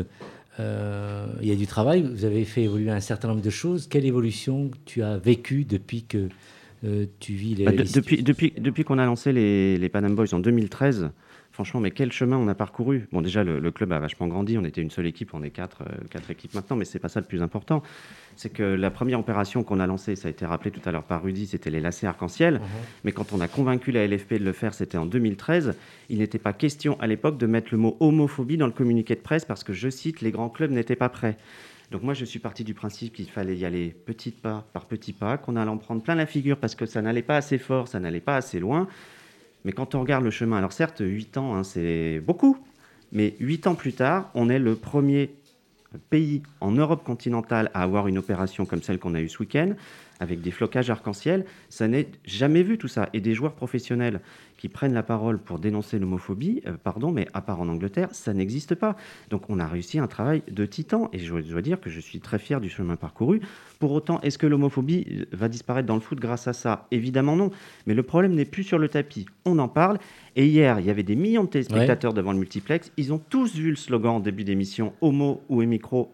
il y a du travail, vous avez fait évoluer un certain nombre de choses. Quelle évolution tu as vécue depuis que tu vis depuis qu'on a lancé les Panam Boys en 2013, franchement, mais quel chemin on a parcouru. Bon, déjà, le club a vachement grandi, on était une seule équipe, on est quatre équipes maintenant, mais c'est pas ça le plus important. C'est que la première opération qu'on a lancée, ça a été rappelé tout à l'heure par Rudy, c'était les lacets arc-en-ciel, mais quand on a convaincu la LFP de le faire, c'était en 2013, il n'était pas question à l'époque de mettre le mot homophobie dans le communiqué de presse parce que, je cite, les grands clubs n'étaient pas prêts. Donc moi, je suis parti du principe qu'il fallait y aller petit pas par petit pas, qu'on allait en prendre plein la figure parce que ça n'allait pas assez fort, ça n'allait pas assez loin. Mais quand on regarde le chemin, alors certes, 8 ans, c'est beaucoup, mais 8 ans plus tard, on est le premier pays en Europe continentale à avoir une opération comme celle qu'on a eue ce week-end, avec des flocages arc-en-ciel. Ça n'est jamais vu tout ça. Et des joueurs professionnels qui prennent la parole pour dénoncer l'homophobie, mais à part en Angleterre, ça n'existe pas. Donc on a réussi un travail de titan, et je dois dire que je suis très fier du chemin parcouru. Pour autant, est-ce que l'homophobie va disparaître dans le foot grâce à ça ? Évidemment non, mais le problème n'est plus sur le tapis, on en parle, et hier, il y avait des millions de téléspectateurs devant le multiplex, ils ont tous vu le slogan en début d'émission, homo ou micro,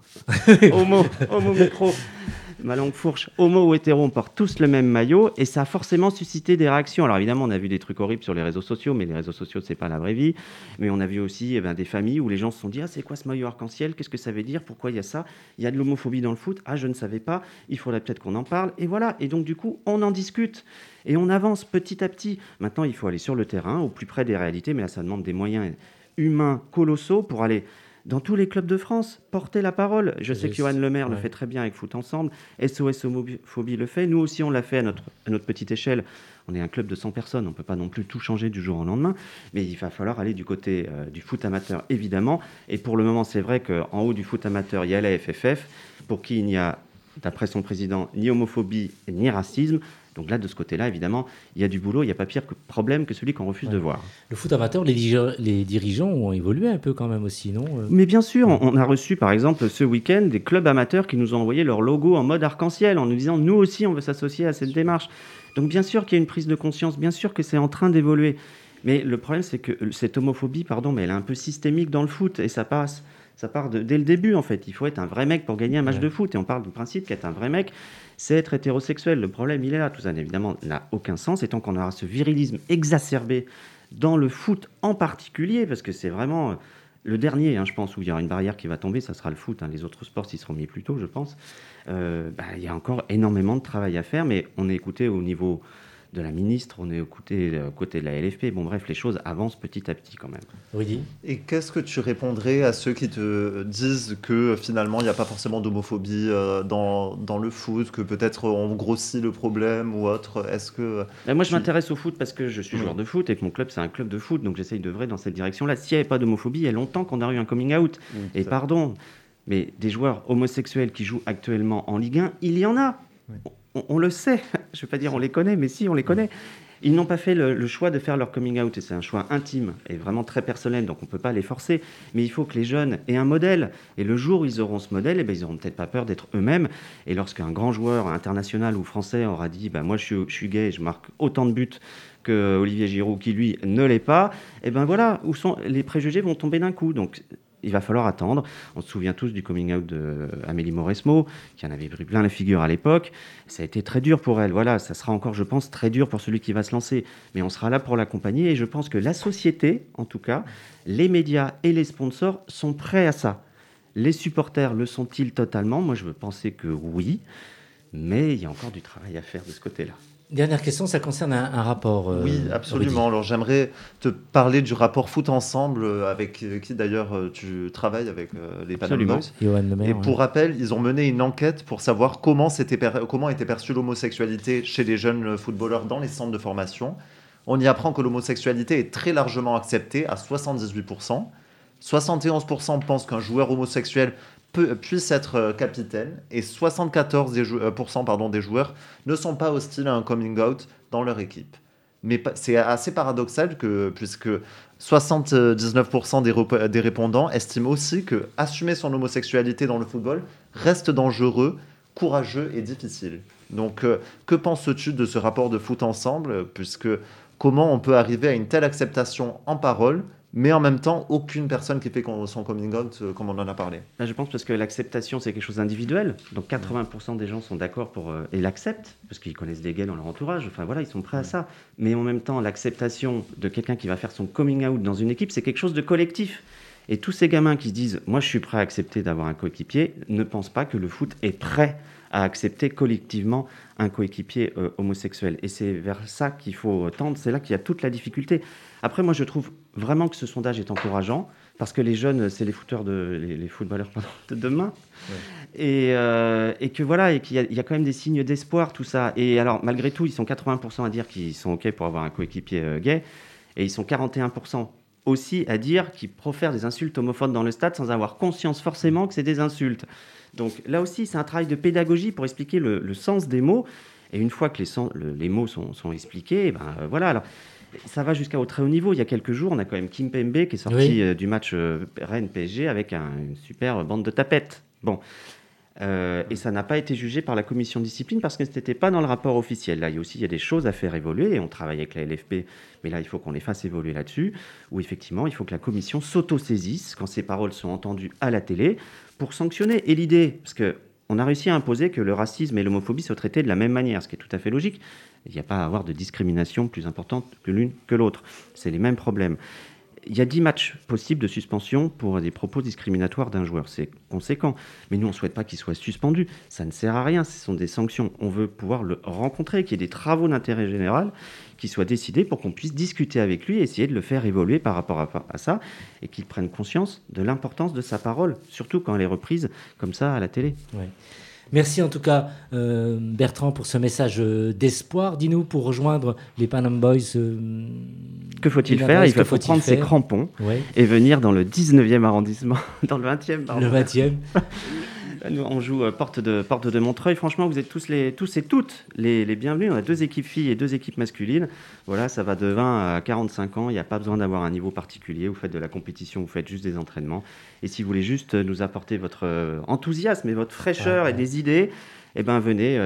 homo micro, ma langue fourche, homo ou hétéro, on porte tous le même maillot, et ça a forcément suscité des réactions. Alors évidemment, on a vu des trucs horribles sur les réseaux sociaux, mais les réseaux sociaux, c'est pas la vraie vie. Mais on a vu aussi des familles où les gens se sont dit « Ah, c'est quoi ce maillot arc-en-ciel ? Qu'est-ce que ça veut dire ? Pourquoi il y a ça ? Il y a de l'homophobie dans le foot. Ah, je ne savais pas. Il faudrait peut-être qu'on en parle. » Et voilà. Et donc, du coup, on en discute. Et on avance petit à petit. Maintenant, il faut aller sur le terrain, au plus près des réalités, mais là, ça demande des moyens humains colossaux pour aller dans tous les clubs de France, porter la parole. Je sais que Johan Lemaire le fait très bien avec Foot Ensemble. SOS Homophobie le fait. Nous aussi, on l'a fait à notre petite échelle. On est un club de 100 personnes. On ne peut pas non plus tout changer du jour au lendemain. Mais il va falloir aller du côté du foot amateur, évidemment. Et pour le moment, c'est vrai qu'en haut du foot amateur, il y a la FFF, pour qui il n'y a, d'après son président, ni homophobie ni racisme. Donc là, de ce côté-là, évidemment, il y a du boulot, il n'y a pas pire problème que celui qu'on refuse de voir. Le foot amateur, les dirigeants ont évolué un peu quand même aussi, non ? Mais bien sûr, on a reçu par exemple ce week-end des clubs amateurs qui nous ont envoyé leur logo en mode arc-en-ciel en nous disant « nous aussi, on veut s'associer à cette démarche ». Donc bien sûr qu'il y a une prise de conscience, bien sûr que c'est en train d'évoluer. Mais le problème, c'est que cette homophobie, mais elle est un peu systémique dans le foot et ça part dès le début en fait. Il faut être un vrai mec pour gagner un match de foot et on parle du principe qu'être un vrai mec, c'est être hétérosexuel. Le problème, il est là. Tout ça, évidemment, n'a aucun sens. Et tant qu'on aura ce virilisme exacerbé dans le foot en particulier, parce que c'est vraiment le dernier, je pense, où il y aura une barrière qui va tomber, ça sera le foot. Les autres sports s'y seront mis plus tôt, je pense. Il y a encore énormément de travail à faire, mais on est écouté au niveau de la ministre, on est écouté côté de la LFP. Bon, bref, les choses avancent petit à petit quand même. Oui. Et qu'est-ce que tu répondrais à ceux qui te disent que finalement, il n'y a pas forcément d'homophobie dans le foot, que peut-être on grossit le problème ou autre ? Est-ce que... Moi, je m'intéresse au foot parce que je suis joueur de foot et que mon club, c'est un club de foot, donc j'essaye d'œuvrer dans cette direction-là. S'il n'y avait pas d'homophobie, il y a longtemps qu'on a eu un coming out. Et pardon, mais des joueurs homosexuels qui jouent actuellement en Ligue 1, il y en a. On le sait, je ne vais pas dire on les connaît, mais si, on les connaît. Ils n'ont pas fait le choix de faire leur coming out, et c'est un choix intime et vraiment très personnel, donc on ne peut pas les forcer. Mais il faut que les jeunes aient un modèle. Et le jour où ils auront ce modèle, ils n'auront peut-être pas peur d'être eux-mêmes. Et lorsqu'un grand joueur international ou français aura dit moi je suis gay, je marque autant de buts que Olivier Giroud, qui lui ne l'est pas, voilà, les préjugés vont tomber d'un coup. Donc il va falloir attendre. On se souvient tous du coming out d'Amélie Mauresmo, qui en avait pris plein la figure à l'époque. Ça a été très dur pour elle. Voilà, ça sera encore, je pense, très dur pour celui qui va se lancer. Mais on sera là pour l'accompagner. Et je pense que la société, en tout cas, les médias et les sponsors sont prêts à ça. Les supporters le sont-ils totalement ? Moi, je veux penser que oui. Mais il y a encore du travail à faire de ce côté-là. Dernière question, ça concerne un rapport. Oui, absolument. Alors j'aimerais te parler du rapport Foot Ensemble, avec qui d'ailleurs tu travailles avec les Panama Boys. Et pour rappel, ils ont mené une enquête pour savoir comment était perçue l'homosexualité chez les jeunes footballeurs dans les centres de formation. On y apprend que l'homosexualité est très largement acceptée à 78%. 71% pensent qu'un joueur homosexuel puisse être capitaine et 74% des joueurs ne sont pas hostiles à un coming out dans leur équipe. Mais c'est assez paradoxal puisque 79% des répondants estiment aussi que assumer son homosexualité dans le football reste dangereux, courageux et difficile. Donc que penses-tu de ce rapport de Foot Ensemble, puisque comment on peut arriver à une telle acceptation en parole, mais en même temps, aucune personne qui fait son coming out, comme on en a parlé. Là, je pense parce que l'acceptation, c'est quelque chose d'individuel. Donc 80% des gens sont d'accord et l'acceptent, parce qu'ils connaissent des gays dans leur entourage. Enfin voilà, ils sont prêts à ça. Mais en même temps, l'acceptation de quelqu'un qui va faire son coming out dans une équipe, c'est quelque chose de collectif. Et tous ces gamins qui se disent « moi, je suis prêt à accepter d'avoir un coéquipier », ne pensent pas que le foot est prêt à accepter collectivement un coéquipier homosexuel. Et c'est vers ça qu'il faut tendre, c'est là qu'il y a toute la difficulté. Après, moi, je trouve vraiment que ce sondage est encourageant, parce que les jeunes, c'est les footballeurs de demain. Ouais. Et que voilà, et qu'il y a quand même des signes d'espoir, tout ça. Et alors, malgré tout, ils sont 80% à dire qu'ils sont OK pour avoir un coéquipier gay, et ils sont 41% aussi à dire qu'ils profèrent des insultes homophobes dans le stade sans avoir conscience forcément que c'est des insultes. Donc là aussi, c'est un travail de pédagogie pour expliquer le sens des mots. Et une fois que les mots sont expliqués, voilà. Alors, ça va jusqu'au très haut niveau. Il y a quelques jours, on a quand même Kimpembe qui est sorti du match Rennes-PSG avec une super bande de tapettes. Bon. Et ça n'a pas été jugé par la commission de discipline parce que ce n'était pas dans le rapport officiel. Là, il y a des choses à faire évoluer et on travaille avec la LFP, mais là, il faut qu'on les fasse évoluer là-dessus, où effectivement, il faut que la commission s'auto-saisisse quand ces paroles sont entendues à la télé pour sanctionner. Et l'idée, parce qu'on a réussi à imposer que le racisme et l'homophobie soient traités de la même manière, ce qui est tout à fait logique. Il n'y a pas à avoir de discrimination plus importante que l'une que l'autre. C'est les mêmes problèmes. Il y a 10 matchs possibles de suspension pour des propos discriminatoires d'un joueur. C'est conséquent. Mais nous, on ne souhaite pas qu'il soit suspendu. Ça ne sert à rien. Ce sont des sanctions. On veut pouvoir le rencontrer, qu'il y ait des travaux d'intérêt général qui soient décidés pour qu'on puisse discuter avec lui et essayer de le faire évoluer par rapport à ça et qu'il prenne conscience de l'importance de sa parole, surtout quand elle est reprise comme ça à la télé. Ouais. Merci en tout cas Bertrand pour ce message d'espoir. Dis-nous, pour rejoindre les Panam Boys, que faut-il faire? Il faut prendre ses crampons et venir dans le 19e arrondissement, dans le 20e. Pardon. Le 20e. Nous, on joue porte de Montreuil. Franchement, vous êtes tous et toutes les bienvenus. On a 2 équipes filles et 2 équipes masculines. Voilà, ça va de 20 à 45 ans. Il n'y a pas besoin d'avoir un niveau particulier. Vous faites de la compétition, vous faites juste des entraînements. Et si vous voulez juste nous apporter votre enthousiasme et votre fraîcheur et des idées, eh ben venez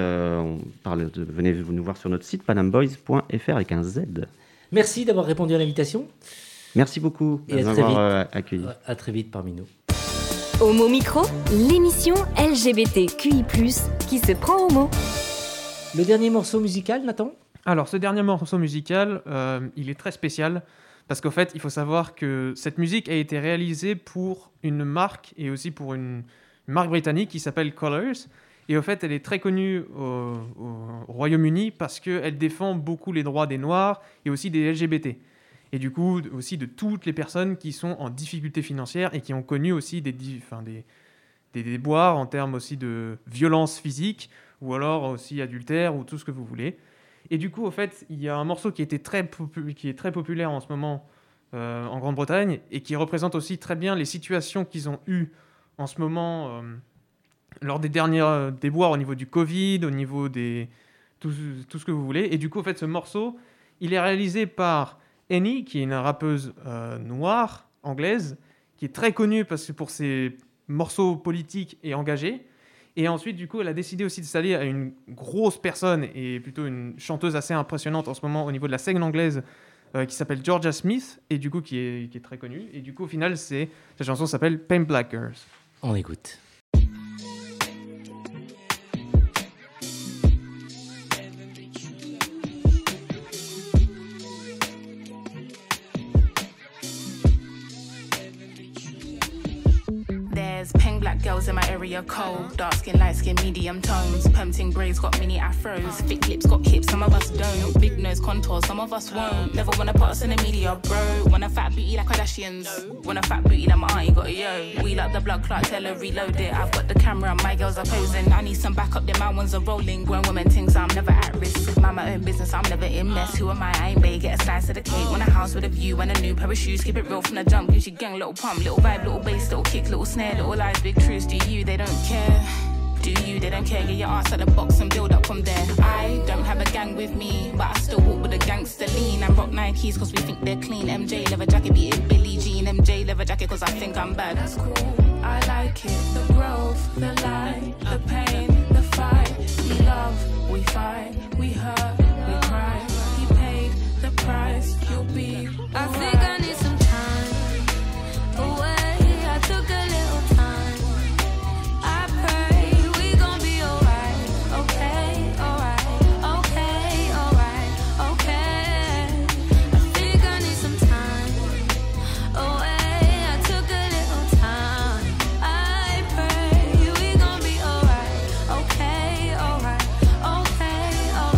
nous voir sur notre site panamboys.fr avec un Z. Merci d'avoir répondu à l'invitation. Merci beaucoup de m'avoir accueilli. À très vite parmi nous. Homo Micro, l'émission LGBTQI+, qui se prend au mot. Le dernier morceau musical, Nathan ? Alors, ce dernier morceau musical, il est très spécial, parce qu'en fait, il faut savoir que cette musique a été réalisée pour une marque, et aussi pour une marque britannique qui s'appelle Colours, et en fait, elle est très connue au Royaume-Uni, parce qu'elle défend beaucoup les droits des Noirs, et aussi des LGBT. Et du coup, aussi de toutes les personnes qui sont en difficulté financière et qui ont connu aussi des déboires en termes aussi de violence physique ou alors aussi adultère ou tout ce que vous voulez. Et du coup, au fait, il y a un morceau qui est très populaire en ce moment en Grande-Bretagne et qui représente aussi très bien les situations qu'ils ont eues en ce moment lors des derniers déboires au niveau du Covid, au niveau des tout ce que vous voulez. Et du coup, au fait, ce morceau, il est réalisé par Annie, qui est une rappeuse noire, anglaise, qui est très connue pour ses morceaux politiques et engagés. Et ensuite, du coup, elle a décidé aussi de s'allier à une grosse personne et plutôt une chanteuse assez impressionnante en ce moment au niveau de la scène anglaise qui s'appelle Georgia Smith et du coup qui est très connue. Et du coup, au final, cette chanson s'appelle Paint Black Girls. On écoute. Pink black girls in my area cold. Dark skin, light skin, medium tones. Permting braids got mini afros. Thick lips got hips, some of us don't. Big nose contours, some of us won't. Never wanna put us in the media, bro. Want a fat booty like Kardashians. Want a fat booty like my auntie got a yo. We like the blood clot, tell her reload it. I've got the camera, my girls are posing. I need some backup, then my ones are rolling. Grown women things, I'm never at risk. Mind my own business, I'm never in mess. Who am I ain't bae, get a slice of the cake. Want a house with a view and a new pair of shoes. Keep it real from the jump, Gucci gang, little pump. Little vibe, little bass, little kick, little snare, little lies, big truths. Do you, they don't care. Do you, they don't care. Get your ass out the box and build up from there. I don't have a gang with me, but I still walk with a gangster lean. And rock Nikes cause we think they're clean. MJ leather jacket, beat it Billie Jean. MJ leather jacket cause I think I'm bad. That's cool, I like it. The growth, the light, the pain, the fight. We love, we fight, we hurt, we cry. He paid the price, you'll be alright. I think I need some time away. I took a little time. I pray we gon' be alright. Okay, alright, okay, alright, okay. I think I need some time away. I took a little time. I pray we gon' be alright. Okay, alright, okay, alright.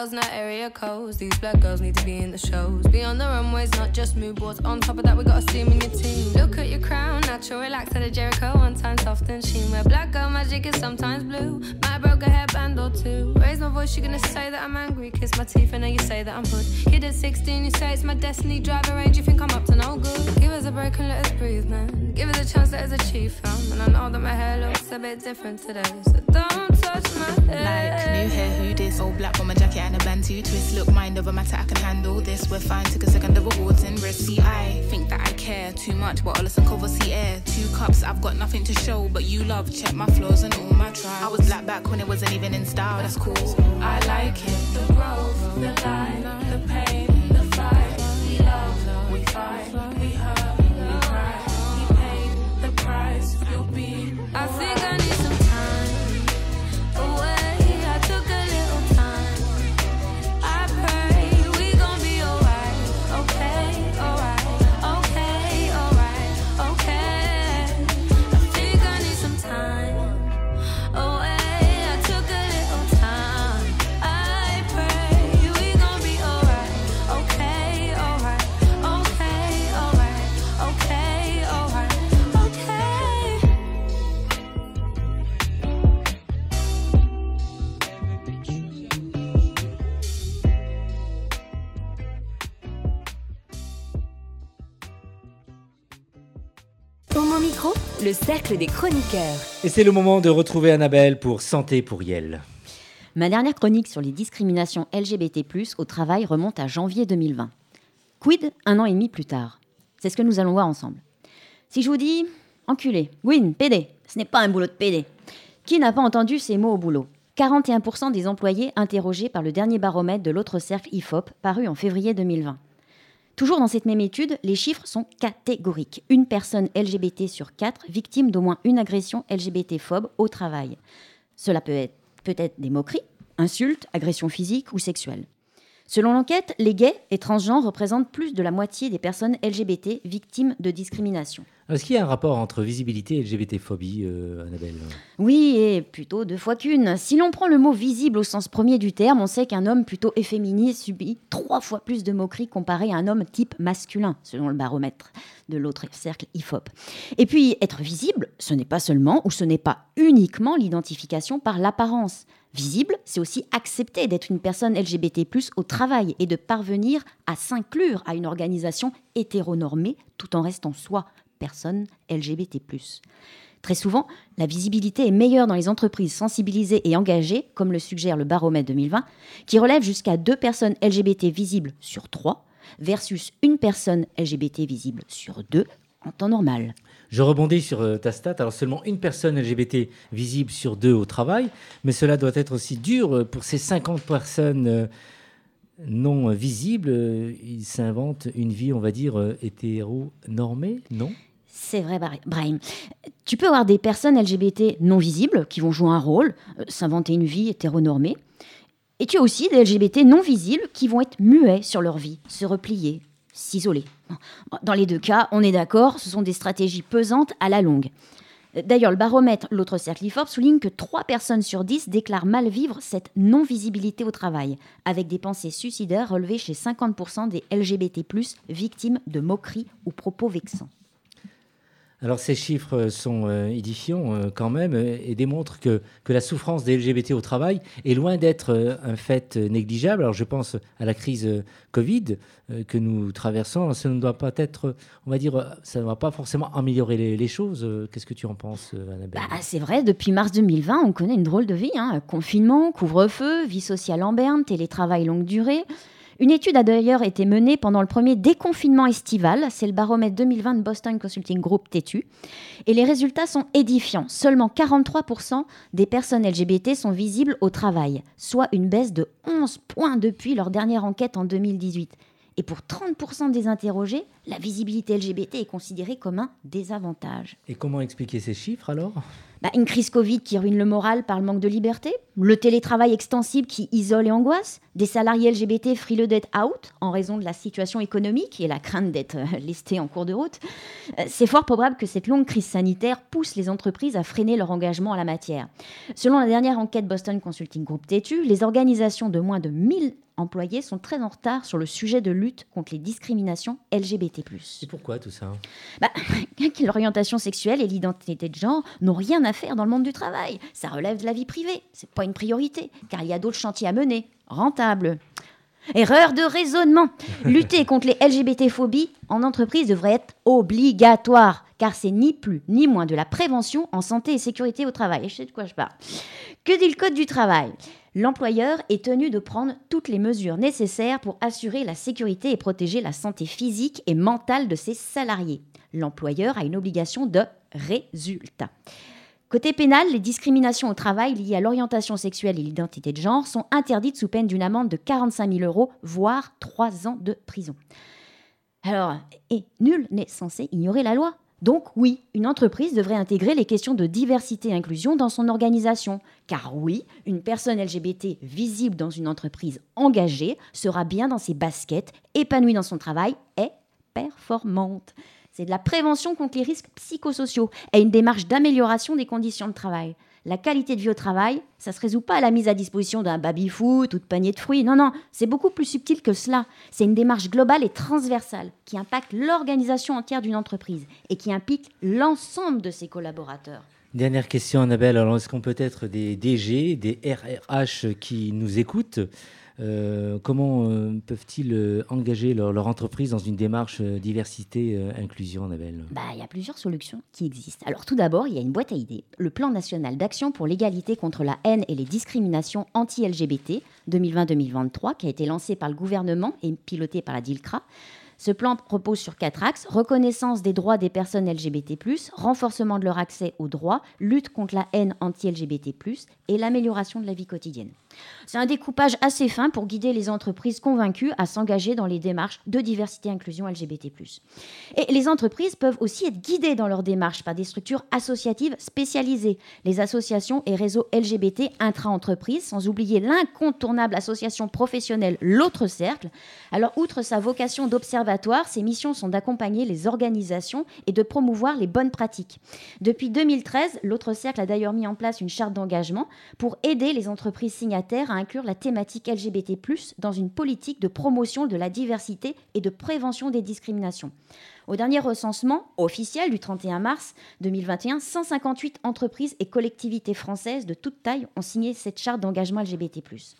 girls, not area codes. These black girls need to be in the shows. Be on the runways, not just mood boards. On top of that, we gotta see them in your team. Look at your crown, natural, relaxed at a Jericho. One time soft and sheen. Where black girl magic is sometimes blue. Might broke a hairband or two. Raise my voice, you're gonna say that I'm angry. Kiss my teeth, and now you say that I'm hood. Kid at 16, you say it's my destiny. Drive a range, you think I'm up to no good. Give us a break and let us breathe, man. Give us a chance, let us achieve, fam. And I know that my hair looks a bit different today, so don't touch my hair. Like, new hair, who this? Old black bomber jacket and a band to twist. Look, mind over matter, I can handle this. We're fine, took a second of awards and risk. See, I think that I care too much, but all listen cover, see air. 2 cups, I've got nothing to show, but you love, check my flaws and all my trials. I was black back when it wasn't even in style, that's cool. I like it, the growth, the line, the pain, the fight. We love, we fight, we hurt, we cry. We paid the price, you'll be. I think I need some time away. I took a little time. I pray we gon' be alright. Okay, alright, okay, alright, okay. I think I need some time away. I took a little time. I pray we gon' be alright. Okay, alright, okay, alright, okay, alright, okay. Homo Micro, le cercle des chroniqueurs. Et c'est le moment de retrouver Annabelle pour Santé pour Yel. Ma dernière chronique sur les discriminations LGBT+, au travail remonte à janvier 2020. Quid 1 an et demi plus tard? C'est ce que nous allons voir ensemble. Si je vous dis « enculé »,« win »,« pédé », ce n'est pas un boulot de pédé. Qui n'a pas entendu ces mots au boulot? 41% des employés interrogés par le dernier baromètre de l'autre cercle IFOP, paru en février 2020. Toujours dans cette même étude, les chiffres sont catégoriques. Une personne LGBT sur 4 victime d'au moins une agression LGBT-phobe au travail. Cela peut être des moqueries, insultes, agressions physiques ou sexuelles. Selon l'enquête, les gays et transgenres représentent plus de la moitié des personnes LGBT victimes de discrimination. Est-ce qu'il y a un rapport entre visibilité et LGBT-phobie, Annabelle? Oui, et plutôt 2 fois qu'une. Si l'on prend le mot visible au sens premier du terme, on sait qu'un homme plutôt efféminé subit 3 fois plus de moqueries comparé à un homme type masculin, selon le baromètre de l'autre cercle IFOP. Et puis, être visible, ce n'est pas seulement ou ce n'est pas uniquement l'identification par l'apparence. Visible, c'est aussi accepter d'être une personne LGBT+, au travail et de parvenir à s'inclure à une organisation hétéronormée tout en restant soi, personne LGBT+. Très souvent, la visibilité est meilleure dans les entreprises sensibilisées et engagées, comme le suggère le baromètre 2020, qui relève jusqu'à 2 personnes LGBT visibles sur 3, versus une personne LGBT visible sur 2 en temps normal. Je rebondis sur ta stat. Alors, seulement une personne LGBT visible sur 2 au travail, mais cela doit être aussi dur pour ces 50 personnes non visibles. Ils s'inventent une vie, on va dire, hétéronormée, non ? C'est vrai, Brahim. Tu peux avoir des personnes LGBT non visibles qui vont jouer un rôle, s'inventer une vie hétéronormée. Et tu as aussi des LGBT non visibles qui vont être muets sur leur vie, se replier, s'isoler. Dans les 2 cas, on est d'accord, ce sont des stratégies pesantes à la longue. D'ailleurs, le baromètre, l'autre cercle IFOP, souligne que 3 personnes sur 10 déclarent mal vivre cette non-visibilité au travail, avec des pensées suicidaires relevées chez 50% des LGBT+, victimes de moqueries ou propos vexants. Alors ces chiffres sont édifiants quand même et démontrent que la souffrance des LGBT au travail est loin d'être un fait négligeable. Alors je pense à la crise Covid que nous traversons. Ça ne doit pas être, on va dire, ça ne va pas forcément améliorer les choses. Qu'est-ce que tu en penses, Annabelle ? C'est vrai, depuis mars 2020, on connaît une drôle de vie. Confinement, couvre-feu, vie sociale en berne, télétravail longue durée. Une étude a d'ailleurs été menée pendant le premier déconfinement estival, c'est le baromètre 2020 de Boston Consulting Group TETU, et les résultats sont édifiants. Seulement 43% des personnes LGBT sont visibles au travail, soit une baisse de 11 points depuis leur dernière enquête en 2018. Et pour 30% des interrogés, la visibilité LGBT est considérée comme un désavantage. Et comment expliquer ces chiffres alors ? Une crise Covid qui ruine le moral par le manque de liberté, le télétravail extensible qui isole et angoisse, des salariés LGBT frileux d'être out en raison de la situation économique et la crainte d'être lestés en cours de route. C'est fort probable que cette longue crise sanitaire pousse les entreprises à freiner leur engagement en la matière. Selon la dernière enquête Boston Consulting Group TETU, les organisations de moins de 1000 employés sont très en retard sur le sujet de lutte contre les discriminations LGBT+. Et pourquoi tout ça ? L'orientation sexuelle et l'identité de genre n'ont rien à faire dans le monde du travail. Ça relève de la vie privée. C'est pas une priorité, car il y a d'autres chantiers à mener. Rentables. Erreur de raisonnement. Lutter contre les LGBT-phobies en entreprise devrait être obligatoire, car c'est ni plus ni moins de la prévention en santé et sécurité au travail. Et je sais de quoi je parle. Que dit le Code du travail ? L'employeur est tenu de prendre toutes les mesures nécessaires pour assurer la sécurité et protéger la santé physique et mentale de ses salariés. L'employeur a une obligation de résultat. Côté pénal, les discriminations au travail liées à l'orientation sexuelle et l'identité de genre sont interdites sous peine d'une amende de 45 000 €, voire 3 ans de prison. Alors, et nul n'est censé ignorer la loi. Donc oui, une entreprise devrait intégrer les questions de diversité et inclusion dans son organisation. Car oui, une personne LGBT visible dans une entreprise engagée sera bien dans ses baskets, épanouie dans son travail et performante. C'est de la prévention contre les risques psychosociaux et une démarche d'amélioration des conditions de travail. La qualité de vie au travail, ça ne se résout pas à la mise à disposition d'un baby-foot ou de panier de fruits. Non, c'est beaucoup plus subtil que cela. C'est une démarche globale et transversale qui impacte l'organisation entière d'une entreprise et qui implique l'ensemble de ses collaborateurs. Dernière question, Annabelle. Alors, est-ce qu'on peut être des DG, des RRH qui nous écoutent ? Comment peuvent-ils engager leur entreprise dans une démarche diversité-inclusion, Annabelle ? Il y a plusieurs solutions qui existent. Alors tout d'abord, il y a une boîte à idées, le plan national d'action pour l'égalité contre la haine et les discriminations anti-LGBT 2020-2023, qui a été lancé par le gouvernement et piloté par la DILCRA. Ce plan repose sur 4 axes: reconnaissance des droits des personnes LGBT+, renforcement de leur accès aux droits, lutte contre la haine anti-LGBT+, et l'amélioration de la vie quotidienne. C'est un découpage assez fin pour guider les entreprises convaincues à s'engager dans les démarches de diversité et inclusion LGBT+. Et les entreprises peuvent aussi être guidées dans leur démarche par des structures associatives spécialisées, les associations et réseaux LGBT intra-entreprises, sans oublier l'incontournable association professionnelle L'Autre Cercle. Alors, outre sa vocation d'observatoire, ses missions sont d'accompagner les organisations et de promouvoir les bonnes pratiques. Depuis 2013, L'Autre Cercle a d'ailleurs mis en place une charte d'engagement pour aider les entreprises signataires à inclure la thématique LGBT+, dans une politique de promotion de la diversité et de prévention des discriminations. Au dernier recensement officiel du 31 mars 2021, 158 entreprises et collectivités françaises de toute taille ont signé cette charte d'engagement LGBT+.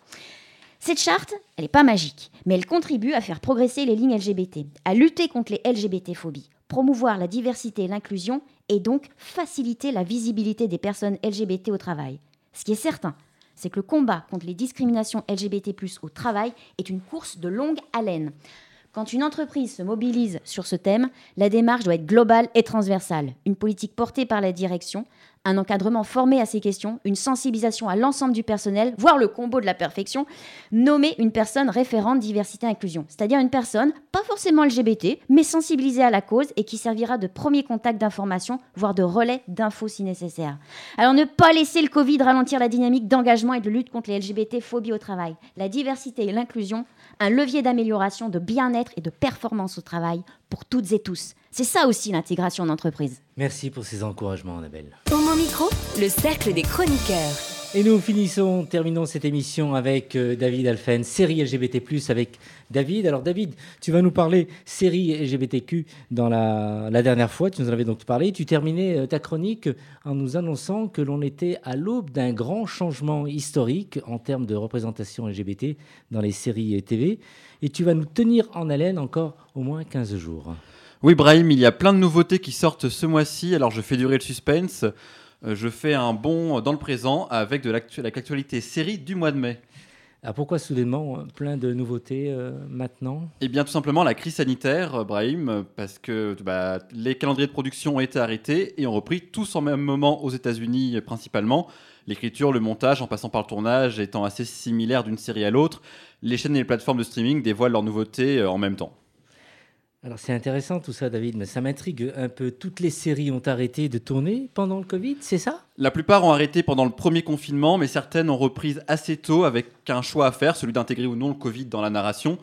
Cette charte, elle n'est pas magique, mais elle contribue à faire progresser les lignes LGBT, à lutter contre les LGBT-phobies, promouvoir la diversité et l'inclusion et donc faciliter la visibilité des personnes LGBT au travail. Ce qui est certain, c'est que le combat contre les discriminations LGBT+ au travail est une course de longue haleine. Quand une entreprise se mobilise sur ce thème, la démarche doit être globale et transversale. Une politique portée par la direction, un encadrement formé à ces questions, une sensibilisation à l'ensemble du personnel, voire le combo de la perfection, nommer une personne référente diversité et inclusion. C'est-à-dire une personne, pas forcément LGBT, mais sensibilisée à la cause et qui servira de premier contact d'information, voire de relais d'infos si nécessaire. Alors ne pas laisser le Covid ralentir la dynamique d'engagement et de lutte contre les LGBT-phobies au travail. La diversité et l'inclusion, un levier d'amélioration, de bien-être et de performance au travail pour toutes et tous. C'est ça aussi l'intégration en entreprise. Merci pour ces encouragements, Annabelle. Homo Micro, le cercle des chroniqueurs. Et nous terminons cette émission avec David Alphen, série LGBT+, avec David. Alors David, tu vas nous parler série LGBTQ dans la dernière fois, tu nous en avais donc parlé. Tu terminais ta chronique en nous annonçant que l'on était à l'aube d'un grand changement historique en termes de représentation LGBT dans les séries TV. Et tu vas nous tenir en haleine encore au moins 15 jours. Oui, Brahim, il y a plein de nouveautés qui sortent ce mois-ci, alors je fais durer le suspense. Je fais un bond dans le présent avec de l'actualité série du mois de mai. Alors pourquoi soudainement plein de nouveautés maintenant ? Eh bien, tout simplement la crise sanitaire, Brahim, parce que les calendriers de production ont été arrêtés et ont repris tous en même moment aux États-Unis principalement. L'écriture, le montage, en passant par le tournage, étant assez similaires d'une série à l'autre, les chaînes et les plateformes de streaming dévoilent leurs nouveautés en même temps. Alors c'est intéressant tout ça, David, mais ça m'intrigue un peu. Toutes les séries ont arrêté de tourner pendant le Covid, c'est ça ? La plupart ont arrêté pendant le premier confinement, mais certaines ont repris assez tôt avec un choix à faire, celui d'intégrer ou non le Covid dans la narration.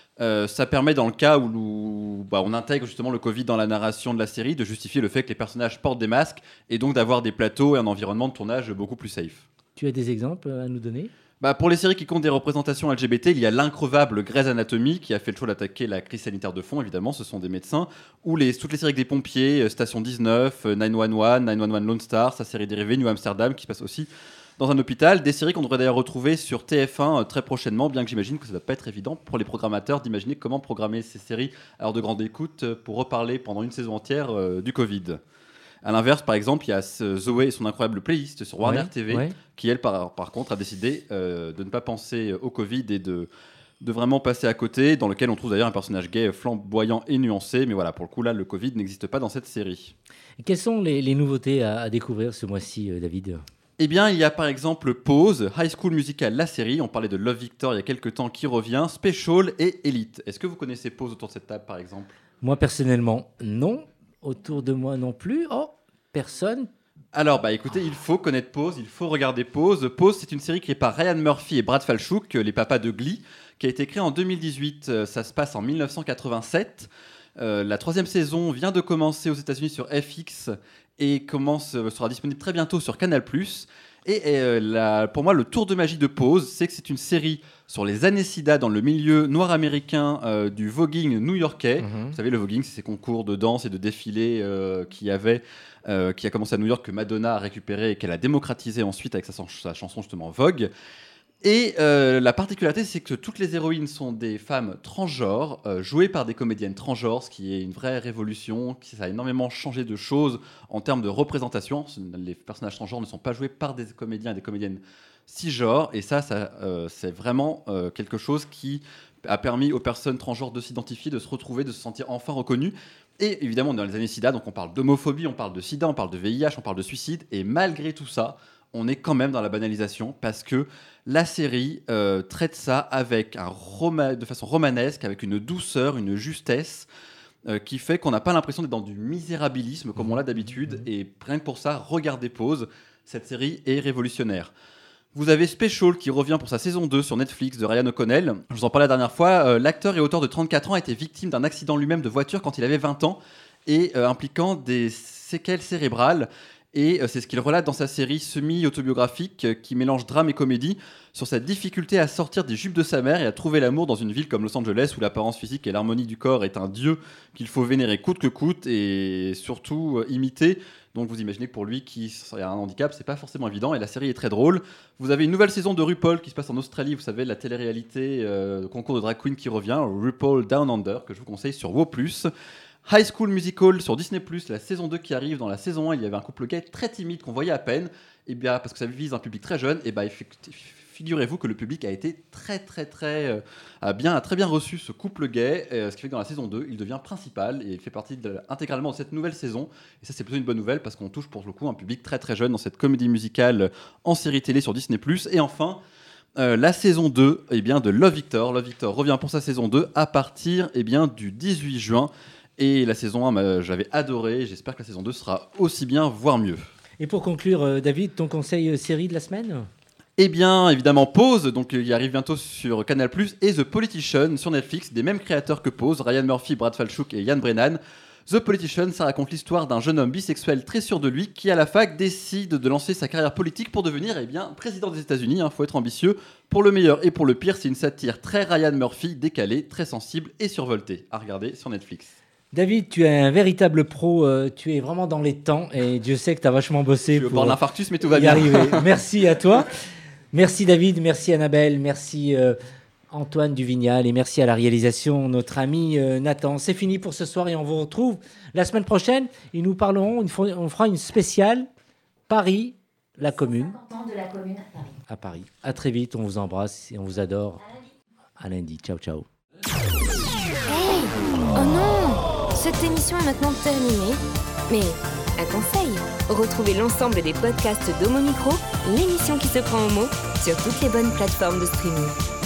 Ça permet, dans le cas où on intègre justement le Covid dans la narration de la série, de justifier le fait que les personnages portent des masques et donc d'avoir des plateaux et un environnement de tournage beaucoup plus safe. Tu as des exemples à nous donner ? Pour les séries qui comptent des représentations LGBT, il y a l'increvable Grey's Anatomy qui a fait le choix d'attaquer la crise sanitaire de fond, évidemment, ce sont des médecins, ou toutes les séries avec des pompiers, Station 19, 911, 911 Lone Star, sa série dérivée, New Amsterdam, qui se passe aussi dans un hôpital. Des séries qu'on devrait d'ailleurs retrouver sur TF1 très prochainement, bien que j'imagine que ça ne va pas être évident pour les programmateurs d'imaginer comment programmer ces séries à l'heure de grande écoute pour reparler pendant une saison entière du Covid. À l'inverse, par exemple, il y a Zoé et son incroyable playlist sur Warner TV, qui, elle, par contre, a décidé de ne pas penser au Covid et de vraiment passer à côté, dans lequel on trouve d'ailleurs un personnage gay flamboyant et nuancé. Mais voilà, pour le coup, là, le Covid n'existe pas dans cette série. Et quelles sont les nouveautés à découvrir ce mois-ci, David ? Eh bien, il y a par exemple Pause, High School Musical, la série. On parlait de Love Victor il y a quelques temps qui revient, Special et Elite. Est-ce que vous connaissez Pause autour de cette table, par exemple ? Moi, personnellement, non. Autour de moi non plus. Oh, personne. Alors, écoutez, il faut connaître Pause, il faut regarder Pause. Pause, c'est une série créée par Ryan Murphy et Brad Falchuk, les papas de Glee, qui a été créée en 2018. Ça se passe en 1987. La 3e saison vient de commencer aux États-Unis sur FX et sera disponible très bientôt sur Canal+. Et pour moi, le tour de magie de Pause, c'est que c'est une série sur les années SIDA dans le milieu noir américain du voguing new-yorkais. Vous savez, le voguing, c'est ces concours de danse et de défilé qui a commencé à New York, que Madonna a récupéré et qu'elle a démocratisé ensuite avec sa chanson justement Vogue. Et la particularité, c'est que toutes les héroïnes sont des femmes transgenres, jouées par des comédiennes transgenres, ce qui est une vraie révolution. Ça a énormément changé de choses en termes de représentation. Les personnages transgenres ne sont pas joués par des comédiens et des comédiennes cisgenres. Et ça c'est vraiment quelque chose qui a permis aux personnes transgenres de s'identifier, de se retrouver, de se sentir enfin reconnues. Et évidemment, dans les années SIDA, donc on parle d'homophobie, on parle de SIDA, on parle de VIH, on parle de suicide. Et malgré tout ça, on est quand même dans la banalisation parce que la série traite ça avec de façon romanesque, avec une douceur, une justesse qui fait qu'on n'a pas l'impression d'être dans du misérabilisme comme on l'a d'habitude. Et rien que pour ça, regardez Pause, cette série est révolutionnaire. Vous avez Special qui revient pour sa saison 2 sur Netflix de Ryan O'Connell. Je vous en parlais la dernière fois. L'acteur et auteur de 34 ans a été victime d'un accident lui-même de voiture quand il avait 20 ans et impliquant des séquelles cérébrales. Et c'est ce qu'il relate dans sa série semi-autobiographique qui mélange drame et comédie sur sa difficulté à sortir des jupes de sa mère et à trouver l'amour dans une ville comme Los Angeles où l'apparence physique et l'harmonie du corps est un dieu qu'il faut vénérer coûte que coûte et surtout imiter. Donc vous imaginez que pour lui qui a un handicap, c'est pas forcément évident et la série est très drôle. Vous avez une nouvelle saison de RuPaul qui se passe en Australie, vous savez, la télé-réalité concours de drag queen qui revient, RuPaul Down Under, que je vous conseille sur WoW+. High School Musical sur Disney+, la saison 2 qui arrive. Dans la saison 1, il y avait un couple gay très timide qu'on voyait à peine, et bien parce que ça vise un public très jeune, et bien figurez-vous que le public a été a très bien reçu ce couple gay, ce qui fait que dans la saison 2, il devient principal et il fait partie intégralement de cette nouvelle saison. Et ça, c'est plutôt une bonne nouvelle parce qu'on touche pour le coup un public très très jeune dans cette comédie musicale en série télé sur Disney+. Et enfin, la saison 2 de Love Victor. Love Victor revient pour sa saison 2 à partir du 18 juin. Et la saison 1, j'avais adoré. J'espère que la saison 2 sera aussi bien, voire mieux. Et pour conclure, David, ton conseil série de la semaine ? Eh bien, évidemment, Pause, donc il arrive bientôt sur Canal+, et The Politician sur Netflix, des mêmes créateurs que Pause, Ryan Murphy, Brad Falchuk et Ian Brennan. The Politician, ça raconte l'histoire d'un jeune homme bisexuel très sûr de lui qui, à la fac, décide de lancer sa carrière politique pour devenir président des États-Unis. Faut être ambitieux. Pour le meilleur et pour le pire, c'est une satire très Ryan Murphy, décalée, très sensible et survoltée. À regarder sur Netflix. David, tu es un véritable pro, tu es vraiment dans les temps et Dieu sait que tu as vachement bossé pour bord l'infarctus, mais tout va y bien. Arriver. Merci à toi. Merci David, merci Annabelle, merci Antoine Duvignal et merci à la réalisation, notre ami Nathan. C'est fini pour ce soir et on vous retrouve la semaine prochaine et nous parlerons, on fera une spéciale Paris, la commune. 50 ans de la commune Paris. à Paris. À très vite, on vous embrasse et on vous adore. À lundi. Ciao, ciao. Hey! Oh non! Cette émission est maintenant terminée. Mais un conseil, retrouvez l'ensemble des podcasts d'Homo Micro, l'émission qui se prend au mot, sur toutes les bonnes plateformes de streaming.